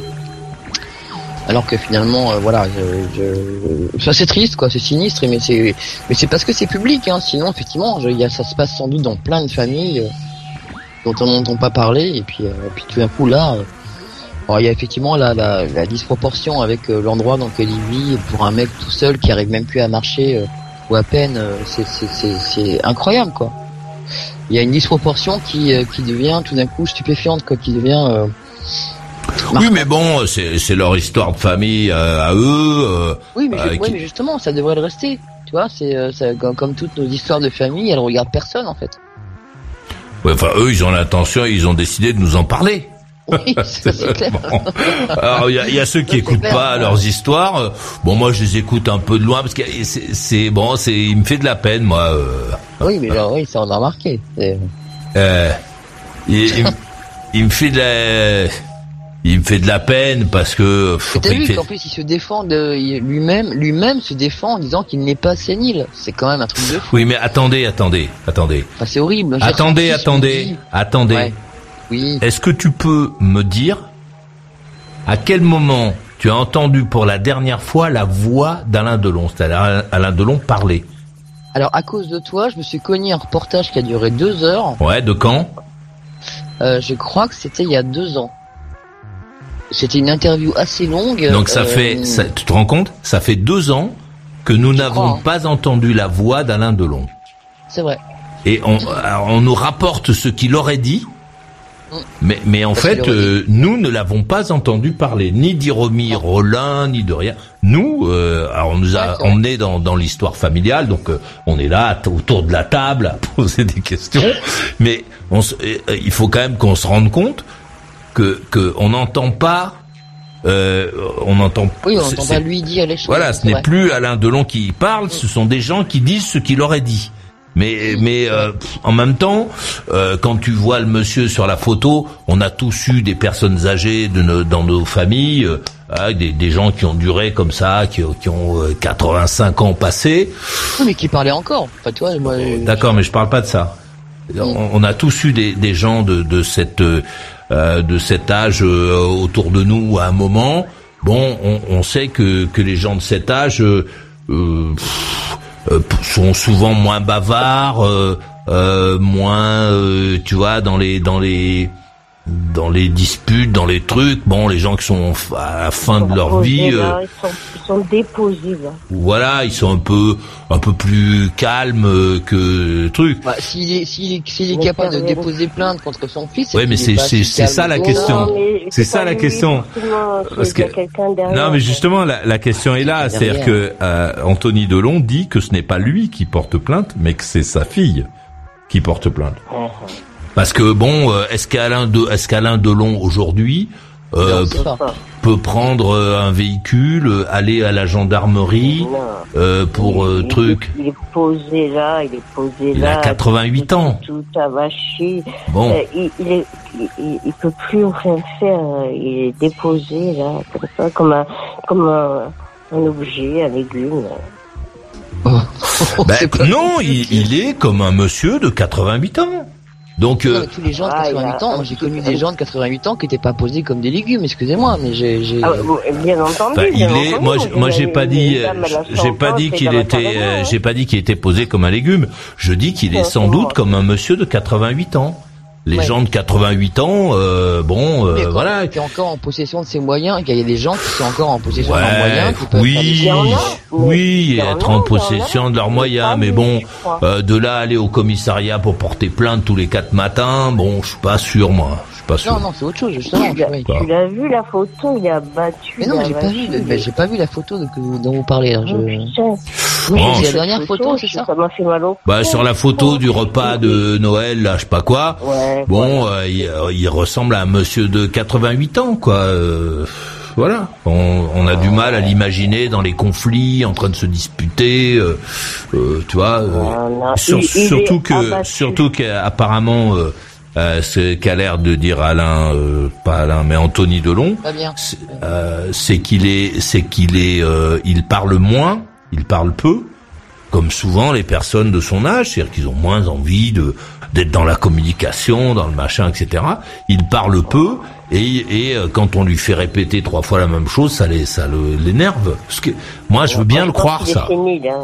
Alors que finalement, euh, voilà, je, je... ça c'est triste, quoi, c'est sinistre, mais c'est, mais c'est parce que c'est public, hein. Sinon, effectivement, je, y a, ça se passe sans doute dans plein de familles euh, dont on n'entend pas parler, et puis, euh, puis tout d'un coup là, euh, alors, il y a effectivement la, la, la disproportion avec euh, l'endroit dans lequel il vit pour un mec tout seul qui arrive même plus à marcher euh, ou à peine, euh, c'est, c'est, c'est, c'est incroyable, quoi. Il y a une disproportion qui, euh, qui devient tout d'un coup stupéfiante, quoi, qui devient euh, Oui, mais bon, c'est, c'est leur histoire de famille euh, à eux. Euh, oui, mais, euh, je, qui... ouais, mais justement, ça devrait le rester. Tu vois, c'est, euh, ça, comme, comme toutes nos histoires de famille, elles regardent personne, en fait. Ouais, enfin, eux, ils ont l'intention, ils ont décidé de nous en parler. Oui, ça, c'est clair. Bon. Alors, il y a, y a ceux qui écoutent pas leurs histoires. Bon, moi, je les écoute un peu de loin parce que c'est, c'est bon, c'est, il me fait de la peine, moi. Euh... Oui, mais là, oui, ça on a remarqué. C'est... Euh, il, il, il me fait de la... Il me fait de la peine parce que... T'as vu fait... qu'en plus il se défend de lui-même, lui-même se défend en disant qu'il n'est pas sénile. C'est quand même un truc de fou. Oui, mais attendez, attendez, attendez. Enfin, c'est horrible. Attendez, attendez, attendez. Ouais. Oui. Est-ce que tu peux me dire à quel moment tu as entendu pour la dernière fois la voix d'Alain Delon, c'est-à-dire Alain Delon parler? Alors, à cause de toi, je me suis cogné un reportage qui a duré deux heures. Ouais, de quand? euh, Je crois que c'était il y a deux ans. C'était une interview assez longue. Donc ça euh... fait, ça, tu te rends compte? Ça fait deux ans que nous je n'avons crois, hein. pas entendu la voix d'Alain Delon. C'est vrai. Et on, on nous rapporte ce qu'il aurait dit, mmh. mais, mais en Parce fait, euh, nous ne l'avons pas entendu parler, ni d'Iromi Rollin, ni de rien. Nous, euh, alors on nous a ouais, emmenés dans, dans l'histoire familiale, donc euh, on est là autour de la table à poser des questions, mais on, euh, il faut quand même qu'on se rende compte que que on n'entend pas, euh, on entend. Oui, on n'entend pas lui dire les choses. Voilà, ce n'est vrai. Plus Alain Delon qui parle, ce sont des gens qui disent ce qu'il aurait dit. Mais mais euh, en même temps, euh, quand tu vois le monsieur sur la photo, on a tous eu des personnes âgées de nos, dans nos familles, euh, des, des gens qui ont duré comme ça, qui, qui ont euh, quatre-vingt-cinq ans passés. Oui, mais qui parlaient encore. Enfin, tu vois, moi. D'accord, mais je parle pas de ça. On, on a tous eu des, des gens de, de cette euh, de cet âge euh, autour de nous à un moment. Bon, on, on sait que que les gens de cet âge euh, euh, sont souvent moins bavards, euh, euh, moins, euh, tu vois, dans les dans les dans les disputes, dans les trucs. Bon, les gens qui sont à la fin de leur vie, euh, ils, sont, ils sont déposés. Là. Voilà, ils sont un peu un peu plus calmes que truc. Bah, s'il est s'il est s'il est capable de déposer plainte contre son fils. Oui, mais c'est c'est c'est ça la question. Non, c'est ça la question. Parce que non, mais justement la la question est là, c'est-à-dire que euh, Anthony Delon dit que ce n'est pas lui qui porte plainte, mais que c'est sa fille qui porte plainte. Uh-huh. Parce que bon, est-ce qu'Alain de, est-ce qu'Alain Delon aujourd'hui euh, peut prendre un véhicule, aller à la gendarmerie euh, pour euh, il, truc. Il est posé là, il est posé il là. Il a quatre-vingt-huit tout, ans. Tout avaché. Bon. Euh, il, il, est, il, il peut plus rien faire. Il est déposé là, comme ça, comme un, comme un, un objet, un légume. Oh. Ben, non, il, il est comme un monsieur de quatre-vingt-huit ans. Donc, non, euh, tous les gens de quatre-vingt-huit ans, moi j'ai connu des gens de quatre-vingt-huit ans qui étaient pas posés comme des légumes, excusez-moi, mais j'ai, j'ai... Ah, bien entendu. Enfin, il bien est, entendu, moi, moi, j'ai pas dit, j'ai pas dit qu'il était, euh, j'ai pas dit qu'il était posé comme un légume. Je dis qu'il est sans doute comme un monsieur de quatre-vingt-huit ans. Les ouais. gens de quatre-vingt-huit ans, euh, bon, euh, mais quand voilà. Qui est encore en possession de ses moyens, qu'il y a des gens qui sont encore en possession ouais, de leurs moyens. Qui peuvent oui, oui, être en possession de leurs moyens, mais bon, euh, de là aller au commissariat pour porter plainte tous les quatre matins, bon, je suis pas sûr, moi. Je suis pas sûr. Non, non, c'est autre chose, justement. Tu, oui. tu l'as vu la photo, il a battu. Mais non, mais j'ai pas vu, mais j'ai pas vu la photo de, que, dont vous parlez. Là. Je... Oui, bon, c'est la dernière photo, c'est ça. Ça m'a fait mal au Bah, sur la photo du repas de Noël, là, je sais pas quoi. Ouais, bon, voilà. euh, il, il ressemble à un monsieur de quatre-vingt-huit ans, quoi. Euh, voilà. On, on a du mal à l'imaginer dans les conflits, en train de se disputer. Euh, euh, tu vois. Euh, sur, il, il surtout que, abattu. surtout qu'apparemment. Euh, Euh, ce qu'a l'air de dire Alain, euh, pas Alain, mais Anthony Delon, c'est, euh, c'est qu'il est, c'est qu'il est, euh, il parle moins, il parle peu, comme souvent les personnes de son âge, c'est-à-dire qu'ils ont moins envie de d'être dans la communication, dans le machin, et cetera. Il parle peu et, et quand on lui fait répéter trois fois la même chose, ça les, ça le, l'énerve. Parce que moi, je veux bien le croire, ça. Pénible, hein.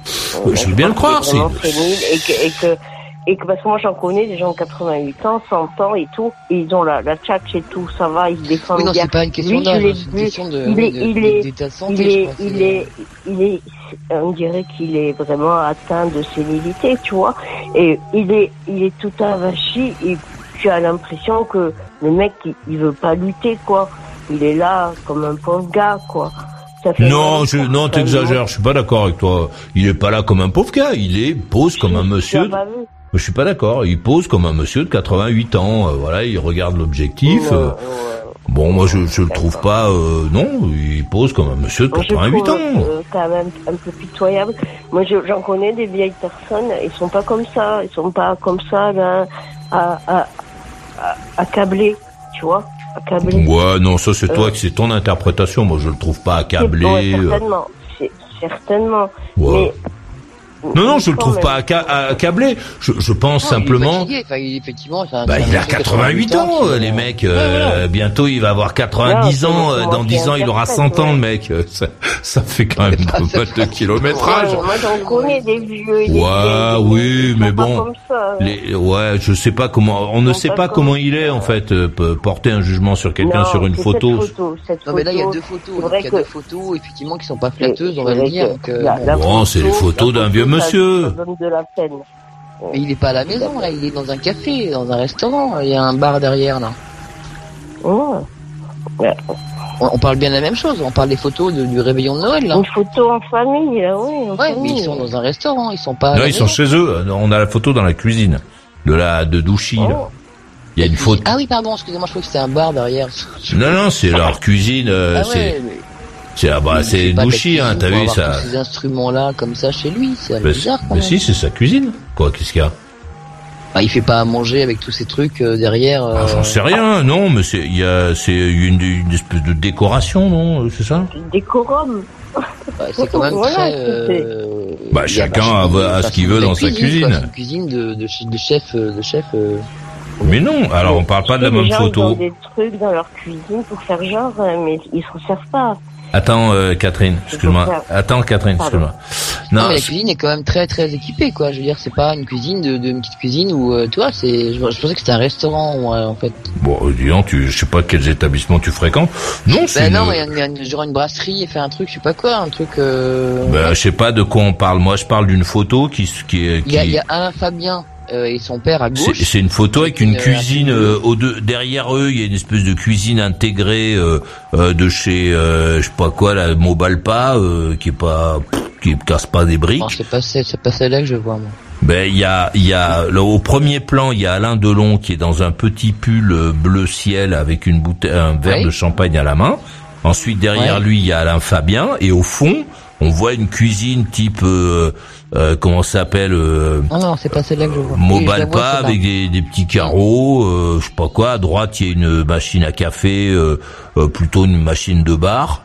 Je veux bien le croire, c'est. Et que, et que Et que parce que moi j'en connais des gens de quatre-vingt-huit ans, cent ans et tout, et ils ont la, la tchatch et tout, ça va, ils se défendent bien. Oui, non, bien. c'est pas une question d'âge, c'est une question de, il est, de, il de, est, d'état de santé, il est, je crois, il est, il est, on dirait qu'il est vraiment atteint de sénilité, tu vois, et il est, il est tout avachi, et tu as l'impression que le mec, il, il veut pas lutter, quoi. Il est là comme un pauvre gars, quoi. Non, je, non, t'exagères, je suis pas d'accord avec toi. Il est pas là comme un pauvre gars, il est, pose comme un monsieur. Je suis pas d'accord. Il pose comme un monsieur de quatre-vingt-huit ans. Euh, voilà, il regarde l'objectif. Non, euh, ouais. Bon, moi, je, je le trouve pas. Euh, non, il pose comme un monsieur de quatre-vingt-huit ans. Euh, quand même un peu pitoyable. Moi, je, j'en connais des vieilles personnes. Ils sont pas comme ça. Ils sont pas comme ça, là, à, à, à, accablés, tu vois. Accablés. Ouais, non, ça c'est euh, toi, c'est ton interprétation. Moi, je le trouve pas accablé. Ouais, certainement. C'est, certainement. Ouais. Mais Non, non, je le trouve pas accablé. Je, je pense non, simplement. Il est fatigué. Enfin, il, effectivement, c'est un, bah, c'est un il a quatre-vingt-huit ans, ans les mecs. Euh, ouais, ouais. Bientôt, il va avoir quatre-vingt-dix non, ans. Euh, dans dix ans, il aura cent ans, le mec. Ça, ça fait quand même pas mal de kilométrage. Ouais, moi, j'en connais des vieux. Ouais, des, des, oui, des, mais bon. Ça, les, ouais, je sais pas comment. On ne sait pas, pas comment il est en fait. Euh, porter un jugement sur quelqu'un non, sur une photo. Cette photo cette non, mais là, il y a deux photos. Donc, il y a deux photos, effectivement, qui sont pas flatteuses, on va le dire. Donc, euh, bon, bon c'est les photos d'un vieux monsieur. De la peine. Mais il est pas à la maison, là, il est dans un café, dans un restaurant, il y a un bar derrière, là. Oh. Ouais. On, on parle bien de la même chose, on parle des photos de, du réveillon de Noël, là. Une photo en famille, là, oui. En ouais, famille. Mais ils sont dans un restaurant, ils sont pas. Non, ils sont chez eux, on a la photo dans la cuisine, de la, de Douchy, oh. là. Il y a une photo. Ah oui, pardon, excusez-moi, je crois que c'était un bar derrière. Non, non, c'est leur cuisine, euh, ah ouais, c'est. Mais... C'est, ah bah, c'est Douchy, hein, t'as vu ça. Tous ces instruments-là, comme ça, chez lui, c'est bah, bizarre, quand mais même. si, c'est sa cuisine. Quoi, qu'est-ce qu'il y a? Bah, il fait pas à manger avec tous ces trucs, euh, derrière, euh... ah, j'en sais rien, non, mais c'est, il y a, c'est une, une espèce de décoration, non, c'est ça? Décorum. Bah, c'est quand même voilà, très, euh... Bah, chacun a, a ce qu'il veut dans sa cuisine. C'est une cuisine de, de, de chef, de chef, euh... Mais non, alors on parle pas de la même photo. Ils ont des trucs dans leur cuisine pour faire genre, mais ils s'en servent pas. Attends, euh, Catherine, excuse-moi. Attends, Catherine, excuse-moi. Non, non mais la cuisine est quand même très très équipée, quoi. Je veux dire, c'est pas une cuisine de, de une petite cuisine où, euh, tu vois, c'est. Je, je pensais que c'était un restaurant, ouais, en fait. Bon, disons, tu, je sais pas quels établissements tu fréquentes. Non, c'est. Ben une... non, il y a, une, genre une brasserie et faire un truc, je sais pas quoi, un truc. Euh... Ben, je sais pas de quoi on parle. Moi, je parle d'une photo qui, qui est. Il y a, il y a Alain Fabien. Euh, et son père à gauche. C'est, c'est une photo avec une, une cuisine euh, au deux, derrière eux. Il y a une espèce de cuisine intégrée euh, euh, de chez euh, je sais pas quoi, la Mobalpa, euh, qui est pas, qui casse pas des briques. Non, c'est pas c'est, c'est pas celle-là que je vois moi. Ben il y a il y a là, au premier plan il y a Alain Delon qui est dans un petit pull bleu ciel avec une bouteille, un verre oui. de champagne à la main. Ensuite derrière ouais. lui il y a Alain Fabien et au fond on voit une cuisine type euh, euh, comment ça s'appelle euh, ah non c'est pas celle-là que je vois. Mobalpa oui, avec des, des petits carreaux, euh, je sais pas quoi. À droite il y a une machine à café, euh, euh, plutôt une machine de bar.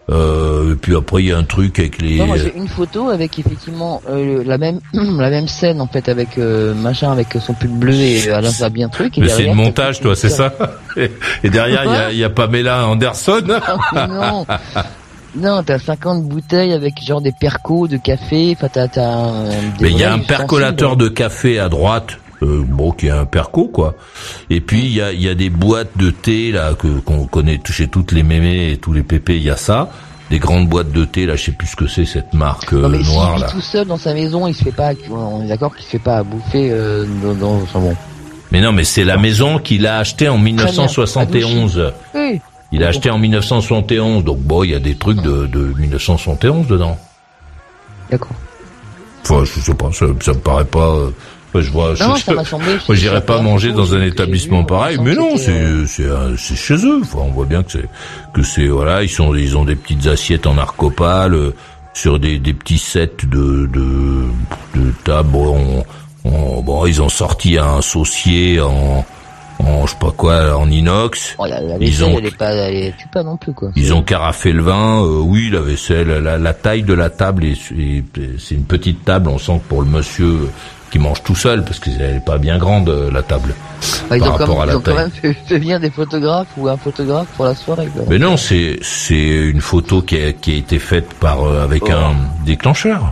Euh, et puis après il y a un truc avec les. Non, moi j'ai une photo avec effectivement euh, la même la même scène en fait avec euh, machin avec son pull bleu et Alain Fabien truc. Et mais derrière, c'est le montage, toi, c'est ça. Et, et derrière il y a, il y a Pamela Anderson. Non, non, t'as cinquante bouteilles avec genre des percos de café. Enfin t'as t'as. Euh, mais il y a un percolateur de café à droite. Euh, bon, qui est un perco, quoi. Et puis il y a, il y a des boîtes de thé là que qu'on connaît chez toutes les mémés et tous les pépés. Il y a ça, des grandes boîtes de thé là. Je sais plus ce que c'est cette marque euh, non, mais noire s'il là. vit tout seul dans sa maison, il se fait pas. On est d'accord qu'il se fait pas à bouffer euh, dans, dans enfin bon. Mais non, mais c'est la maison qu'il a achetée en mille neuf cent soixante et onze. Oui. Il a acheté en mille neuf cent soixante et onze, donc bon, il y a des trucs de, de mille neuf cent soixante et onze dedans. D'accord. Enfin, je sais pas, ça, ça me paraît pas. Euh, je vois. Non, je, ça m'a semblé. Moi, j'irais pas manger dans un établissement vu, pareil, mais non, c'est euh... c'est c'est chez eux. Enfin, on voit bien que c'est que c'est voilà, ils sont ils ont des petites assiettes en arcopale euh, sur des des petits sets de de de table. On, on, bon, ils ont sorti un saucier en en je sais pas quoi en inox. Oh, la, la ils ont elle est pas elle est, tue pas non plus quoi. Ils ont carafé le vin, euh, oui, la vaisselle, la, la taille de la table est, est c'est une petite table, on sent que pour le monsieur qui mange tout seul parce qu'elle est pas bien grande la table. Ah, ils ont, quand même, ils ont quand même fait, fait bien des photographes ou un photographe pour la soirée. Quoi. Mais non, c'est c'est une photo qui a, qui a été faite par euh, avec oh. un déclencheur.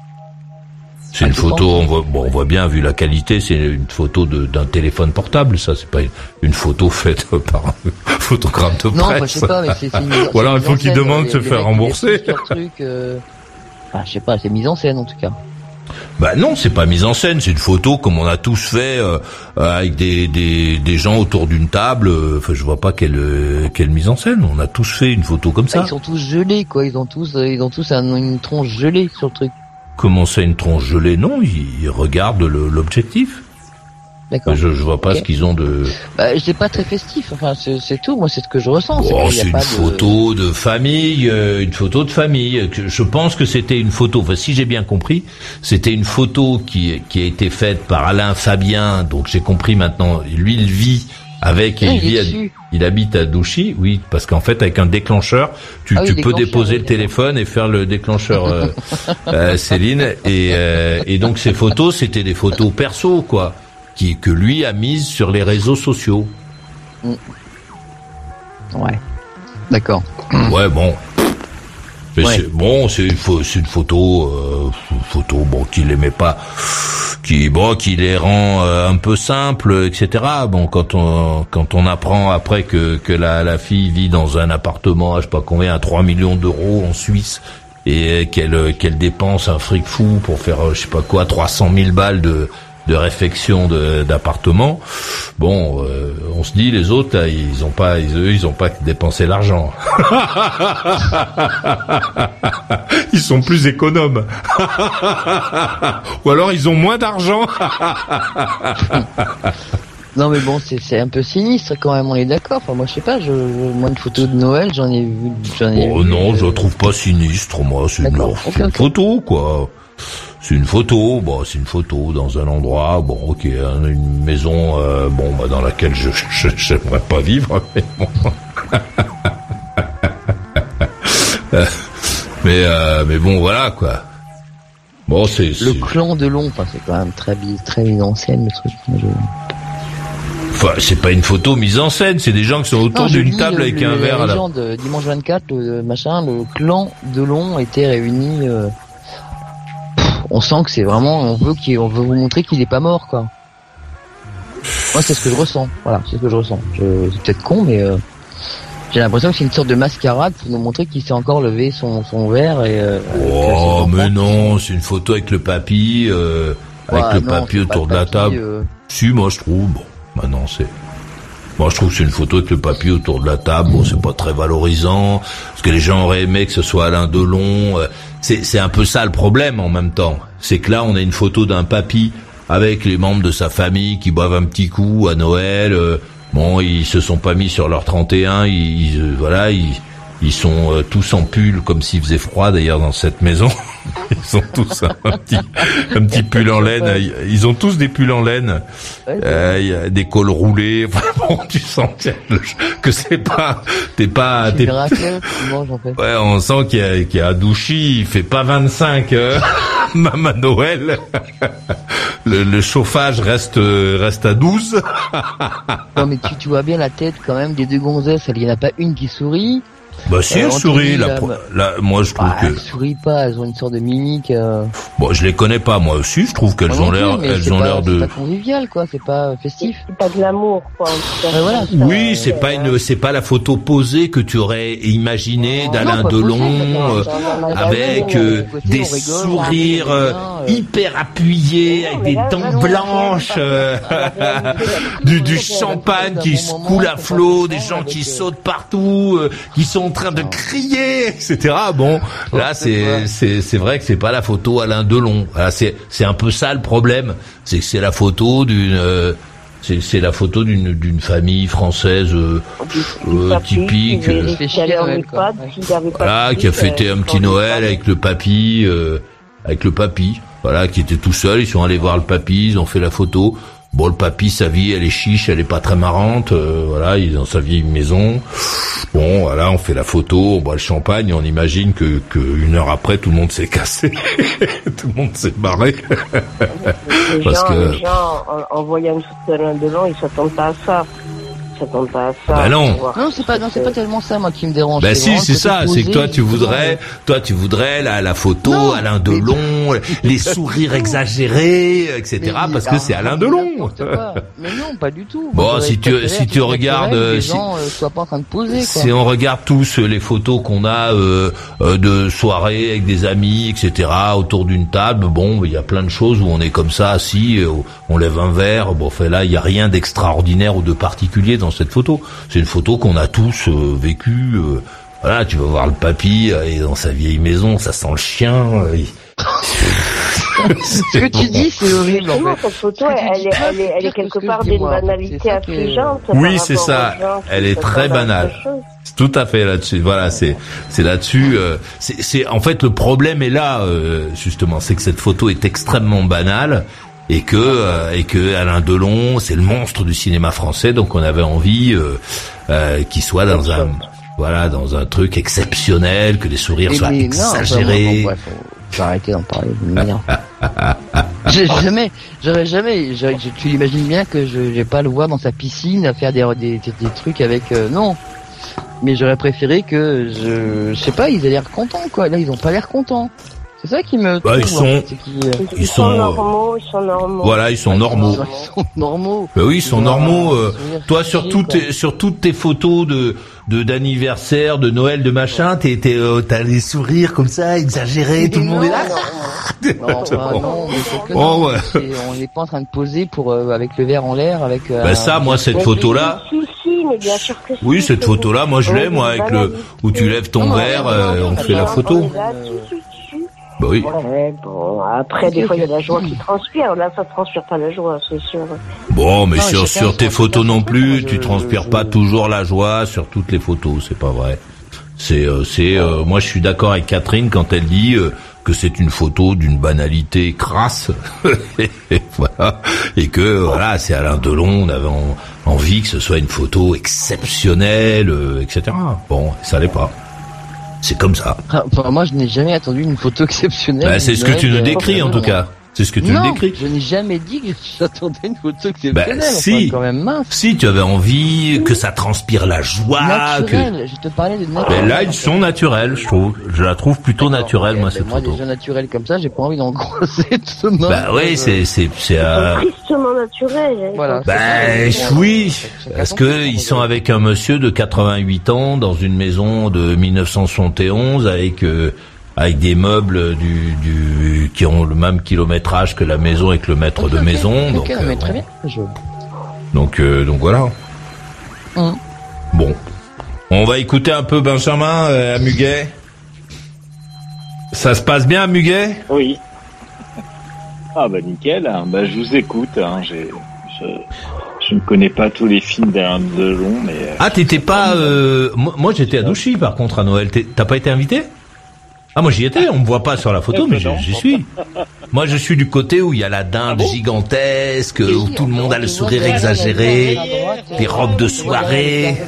C'est ah, une photo, on voit, bon, on voit bien, vu la qualité, c'est une photo de, d'un téléphone portable, ça, c'est pas une, une photo faite par un photographe de presse. Non, bah, je sais pas, mais c'est, c'est une, Ou alors, il faut qu'il demande de se faire rembourser. Truc, euh... enfin, je sais pas, c'est mise en scène, en tout cas. Bah non, c'est pas mise en scène, c'est une photo comme on a tous fait euh, avec des, des des gens autour d'une table. Enfin, je vois pas quelle quelle mise en scène. On a tous fait une photo comme ça. Bah, ils sont tous gelés, quoi. Ils ont tous ils ont tous un, une tronche gelée sur le truc. Comment ça, une tronche gelée? Non, ils, ils regardent le, l'objectif. D'accord. Je, je vois pas okay. ce qu'ils ont de. Bah, c'est pas très festif. Enfin, c'est, c'est tout. Moi, c'est ce que je ressens. Oh, c'est c'est une pas photo de... de famille, euh, une photo de famille. Je pense que c'était une photo. Enfin, si j'ai bien compris, c'était une photo qui qui a été faite par Alain Fabien. Donc, j'ai compris maintenant. Lui, il vit avec. Ah, il, vit à, il habite à Douchy. Oui, parce qu'en fait, avec un déclencheur, tu, ah oui, tu peux déposer oui, le téléphone et faire le déclencheur, euh, euh, Céline. Et euh, et donc, ces photos, c'était des photos perso, quoi. Qui, que lui a mise sur les réseaux sociaux. Mmh. Ouais. D'accord. Ouais, bon. Mais ouais. c'est, bon, c'est, c'est une photo, euh, une photo, bon, qu'il aimait pas, qui, bon, qui les rend euh, un peu simples, et cetera. Bon, quand on, quand on apprend après que, que la, la fille vit dans un appartement, je sais pas combien, à trois millions d'euros en Suisse, et qu'elle, qu'elle dépense un fric fou pour faire, je sais pas quoi, trois cent mille balles de, de réfection de, d'appartement. Bon, euh, on se dit les autres, là, ils ont pas, ils, eux, ils ont pas dépensé l'argent. Ils sont plus économes. Ou alors ils ont moins d'argent. Non mais bon, c'est c'est un peu sinistre quand même, on est d'accord. Enfin moi je sais pas, je, moi une photo de Noël, j'en ai vu, j'en ai oh vu, non, euh... je la trouve pas sinistre, moi. C'est une, okay, une okay. photo, quoi. C'est une photo, bon, c'est une photo dans un endroit, bon, ok, une maison, euh, bon, bah, dans laquelle je, je j'aimerais pas vivre, mais bon. mais euh, mais bon, voilà quoi. Bon, c'est le c'est... clan de Long, enfin, c'est quand même très très mise en scène le truc. Je... Enfin, c'est pas une photo mise en scène, c'est des gens qui sont autour non, d'une table le, avec le, un verre à la. De dimanche vingt-quatre, le machin, le clan de Long était réuni. Euh... On sent que c'est vraiment, on veut qu'il, on veut vous montrer qu'il est pas mort, quoi. Moi, c'est ce que je ressens. Voilà, c'est ce que je ressens. Je, c'est peut-être con, mais euh, j'ai l'impression que c'est une sorte de mascarade pour nous montrer qu'il s'est encore levé son, son verre et. Euh, oh, mais non, c'est une photo avec le papy, euh, avec ouais, le non, papy autour de la table. Euh... Si, moi je trouve. Bon, maintenant c'est. Moi, je trouve que c'est une photo avec le papy autour de la table. Bon, c'est pas très valorisant, parce que les gens auraient aimé que ce soit Alain Delon. C'est, c'est un peu ça le problème en même temps. C'est que là, on a une photo d'un papy avec les membres de sa famille qui boivent un petit coup à Noël. Bon, ils se sont pas mis sur leur trente et un. Ils, ils voilà, ils, Ils sont euh, tous en pull, comme s'il faisait froid d'ailleurs dans cette maison. Ils sont tous un, un petit, un petit pull en laine. Ils ont tous des pulls en laine, euh, il y a des cols roulés. Vraiment, tu sens que c'est pas, t'es pas, t'es. Ouais, on sent qu'il y a, qu'il y a Douchy. Il fait pas vingt-cinq, euh, même à Noël. Le, le chauffage reste, reste à douze. Non, mais tu, tu vois bien la tête quand même des deux gonzesses. Il y en a pas une qui sourit. Bah si, elle sourit, la, la, la, moi je trouve bah, que... Elles sourient pas, elles ont une sorte de mimique... Euh... Bon, je les connais pas, moi aussi, je trouve qu'elles ont l'air, elles ont l'air de... C'est pas convivial, quoi, c'est pas festif. C'est pas de l'amour, quoi. Ouais, voilà, oui, c'est euh, pas une, c'est pas la photo posée que tu aurais imaginé d'Alain Delon, euh, avec euh, des sourires euh, hyper appuyés, avec des dents blanches, euh, du, du champagne qui se coule à flot, des gens qui sautent partout, euh, qui sont en train de crier, et cetera. Bon, là, c'est, c'est, c'est vrai que c'est pas la photo Alain Delon. Voilà, c'est, c'est un peu ça le problème. C'est que c'est la photo d'une, euh, c'est, c'est la photo d'une, d'une famille française, euh, euh, typique. Euh, voilà, qui a fêté un petit Noël avec le papy, euh, avec le papy. Voilà, qui était tout seul. Ils sont allés voir le papy, ils ont fait la photo. Bon, le papy, sa vie, elle est chiche, elle est pas très marrante. Euh, voilà, il est dans sa vieille maison. Bon, voilà, on fait la photo, on boit le champagne, et on imagine que, que une heure après, tout le monde s'est cassé, tout le monde s'est barré. Les Parce gens, que les gens, en, en voyant une photo d'Alain Delon, ils s'attendent pas à ça. Ils s'attendent pas à ça. Bah non. Non, c'est pas, non, c'est pas tellement ça, moi, qui me dérange. Bah si, c'est ça. C'est que toi, tu voudrais, toi, tu voudrais la, la photo, non, Alain Delon, mais... les sourires exagérés, et cetera. Mais, parce que c'est Alain Delon. Mais non, pas du tout. Bon, si tu, si tu regardes, les si, gens, euh, soient pas en train de poser, quoi. Si on regarde tous les photos qu'on a euh, euh, de soirées avec des amis, et cetera, autour d'une table, bon, il y a plein de choses où on est comme ça, assis, euh, on lève un verre. Bon, fait là, il y a rien d'extraordinaire ou de particulier dans cette photo. C'est une photo qu'on a tous euh, vécue. Euh, voilà, tu vas voir le papy, euh, il est dans sa vieille maison, ça sent le chien. Euh, il... Ce que tu dis, c'est horrible. En fait. Cette photo, elle, elle, est, elle, est, elle est quelque part d'une banalité affligeante. Oui, c'est ça. Elle est très banale. Tout à fait là-dessus. Voilà, c'est c'est là-dessus. Euh, c'est, c'est en fait le problème est là euh, justement, c'est que cette photo est extrêmement banale. Et que euh, et que Alain Delon, c'est le monstre du cinéma français, donc on avait envie euh, euh, qu'il soit dans un voilà dans un truc exceptionnel, que les sourires soient non, exagérés. Bon, bref, faut arrêter d'en parler d'une manière. j'ai jamais, j'aurais jamais. J'aurais, tu imagines bien que je vais pas le voir dans sa piscine à faire des des, des, des trucs avec euh, non. Mais j'aurais préféré que je, je sais pas, ils aient l'air contents quoi. Là, ils ont pas l'air contents. C'est ça qui me. Bah, ils sont, ils, ils sont, sont normaux, ils sont normaux. Voilà, ils sont ouais, normaux. Ils sont normaux. Bah oui, ils sont normaux. Euh, toi, sur toutes, tes, sur toutes tes photos de, de d'anniversaire, de Noël, de machin, t'es, t'es, euh, t'as les sourires comme ça, exagérés, tout le monde est là. Non, non, bah, non, mais c'est que oh, non, ouais. c'est, on n'est pas en train de poser pour euh, avec le verre en l'air, avec. Euh, bah ça, moi, cette photo-là. Mais bien sûr que oui, cette photo-là, moi, je l'ai, moi, avec le où tu lèves ton verre, euh, on fait la photo. Bah oui. Ouais, bon, après, des fois, il y a la joie qui transpire. Là, ça transpire pas la joie, c'est sûr. Bon, mais non, sur, sur tes photos non plus, je, tu transpires je... pas toujours la joie sur toutes les photos, c'est pas vrai. C'est, euh, c'est, euh, moi, je suis d'accord avec Catherine quand elle dit euh, que c'est une photo d'une banalité crasse. et, voilà. Et que, voilà, c'est Alain Delon, on avait en, envie que ce soit une photo exceptionnelle, euh, et cetera. Bon, ça l'est pas. C'est comme ça. Enfin, moi, je n'ai jamais attendu une photo exceptionnelle. Bah, c'est ce que tu nous décris, en tout cas. C'est ce que tu non, nous décris. Je n'ai jamais dit que j'attendais une photo exceptionnelle. Bah, si. Enfin, quand même mince. Si, tu avais envie que ça transpire la joie. Naturel. Que... Je te parlais de naturel. Mais là, ils sont naturels, je trouve. Je la trouve plutôt naturelle, moi, cette moi, photo. Moi, déjà naturel comme ça, j'ai pas envie d'en croiser demain. Bah oui, c'est, c'est, c'est, euh... tristement naturel. Voilà. Bah, oui. Parce que ils sont avec un monsieur de quatre-vingt-huit ans dans une maison de mille neuf cent soixante et onze avec, euh, avec des meubles du, du, qui ont le même kilométrage que la maison et que le maître okay, de maison. Okay, donc, okay, euh, mais très bien. Je... donc, euh, donc voilà. Hum. Bon. On va écouter un peu Benjamin euh, à Muguet. Ça se passe bien à Muguet ? Oui. Ah bah nickel. Bah je vous écoute. Hein. J'ai, je, Je ne connais pas tous les films d'Alain Delon, mais... Euh, ah, t'étais pas... Euh, moi, moi, j'étais à Douchy, par contre, à Noël. T'es, t'as pas été invité ? Ah, moi, j'y étais. On me voit pas sur la photo, mais j'y, j'y suis. Moi, je suis du côté où il y a la dinde ah bon gigantesque, oui, où tout le monde a le sourire exagéré, des robes de soirée.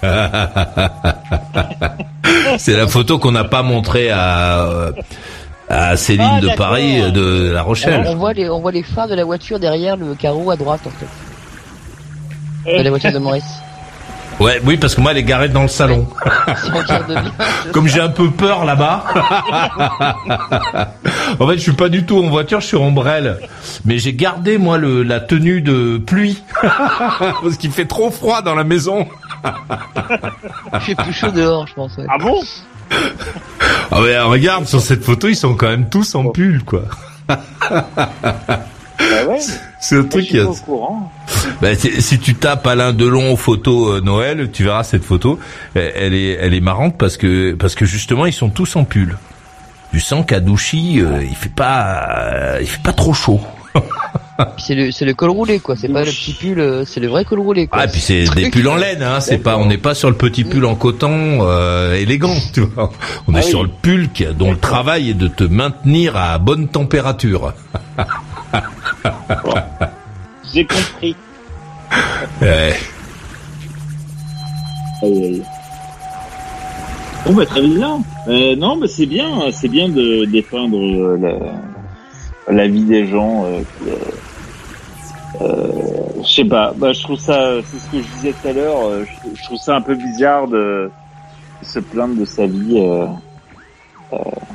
C'est la photo qu'on n'a pas montrée à... à Céline ah, de Paris, de La Rochelle. Alors, on voit les, on voit les phares de la voiture derrière le carreau à droite, en fait. De la voiture de Maurice. Ouais, oui, parce que moi, elle est garée dans le salon. Comme j'ai un peu peur là-bas. En fait, je suis pas du tout en voiture, je suis en brel. Mais j'ai gardé, moi, le, la tenue de pluie. Parce qu'il fait trop froid dans la maison. Il fait plus chaud dehors, je pense. Ouais. Ah bon? Ah ouais, regarde, sur cette photo, ils sont quand même tous en pull, quoi. Bah ouais. C'est un truc qui a... Bah, si tu tapes Alain Delon photo euh, Noël, tu verras cette photo. Elle, elle est, elle est marrante parce que, parce que justement, ils sont tous en pull. Tu sens qu'à Douchy, euh, il fait pas, euh, il fait pas trop chaud. c'est le, c'est le col roulé, quoi. C'est pas le petit pull, euh, c'est le vrai col roulé, quoi. Ah, et puis c'est des pulls en laine, hein. C'est pas, on n'est pas sur le petit pull en coton euh, élégant, tu vois. On est ah, sur oui. le pull qui, dont le travail est de te maintenir à bonne température. Bon. J'ai compris. Ouais. Bon, bah, très bien. Euh, non, bah, c'est bien, c'est bien de dépeindre euh, la, la vie des gens. Euh, euh, je sais pas. Bah, je trouve ça, c'est ce que je disais tout à l'heure. Euh, je, je trouve ça un peu bizarre de, de se plaindre de sa vie. Euh, euh,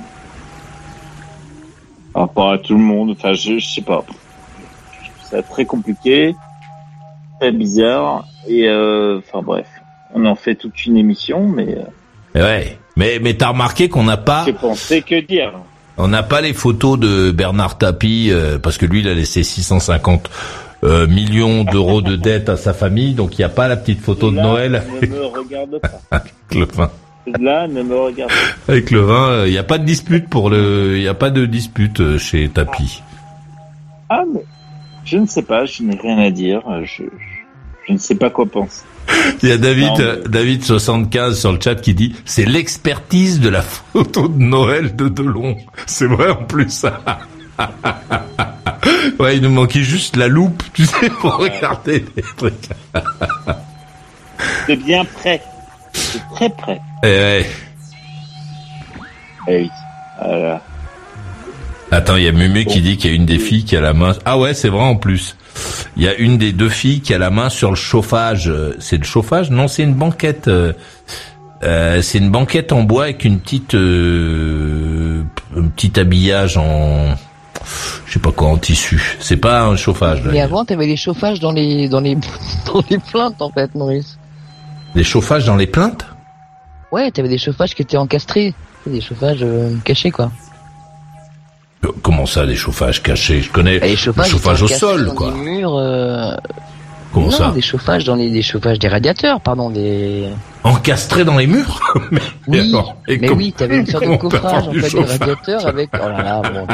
par rapport à tout le monde. Enfin, je, je sais pas. Je trouve ça très compliqué, très bizarre. Et euh, enfin bref, on en fait toute une émission, mais. Euh, ouais. Mais mais t'as remarqué qu'on n'a pas. Je pensais que dire. On n'a pas les photos de Bernard Tapie euh, parce que lui, il a laissé six cent cinquante euh, millions d'euros de dettes à sa famille, donc il n'y a pas la petite photo là, de Noël. Ne me regarde pas. Avec le vin. Là, ne me regarde pas. Avec le vin, il n'y a pas de dispute pour le, il n'y a pas de dispute chez Tapie. Ah mais je ne sais pas, je n'ai rien à dire. Je, je, je ne sais pas quoi penser. Il y a David, non, mais... David soixante-quinze sur le chat qui dit c'est l'expertise de la photo de Noël de Delon. C'est vrai en plus. Ouais, il nous manquait juste la loupe, tu sais, pour regarder les trucs. C'est bien prêt. C'est très prêt. Eh ouais. Eh oui. Voilà. Attends, il y a Mumu qui dit qu'il y a une des filles qui a la main... Ah ouais, c'est vrai en plus. Il y a une des deux filles qui a la main sur le chauffage. C'est le chauffage ? Non, c'est une banquette. Euh, c'est une banquette en bois avec une petite... Euh, un petit habillage en... Je sais pas quoi, en tissu. C'est pas un chauffage. Mais là, avant, t'avais les chauffages dans les, dans les, dans les plaintes, en fait, Maurice. Des chauffages dans les plaintes ? Ouais, t'avais des chauffages qui étaient encastrés. Des chauffages euh, cachés, quoi. Comment ça, des chauffages cachés ? Je connais les chauffages, le chauffage au sol, quoi. Des murs, euh... Comment non, ça ? Des chauffages dans les, des chauffages des radiateurs, pardon, des... Encastrés dans les murs ? mais, oui, alors, mais comme... oui, t'avais une sorte de coffrage, en fait, des radiateurs avec... Oh là là, bon...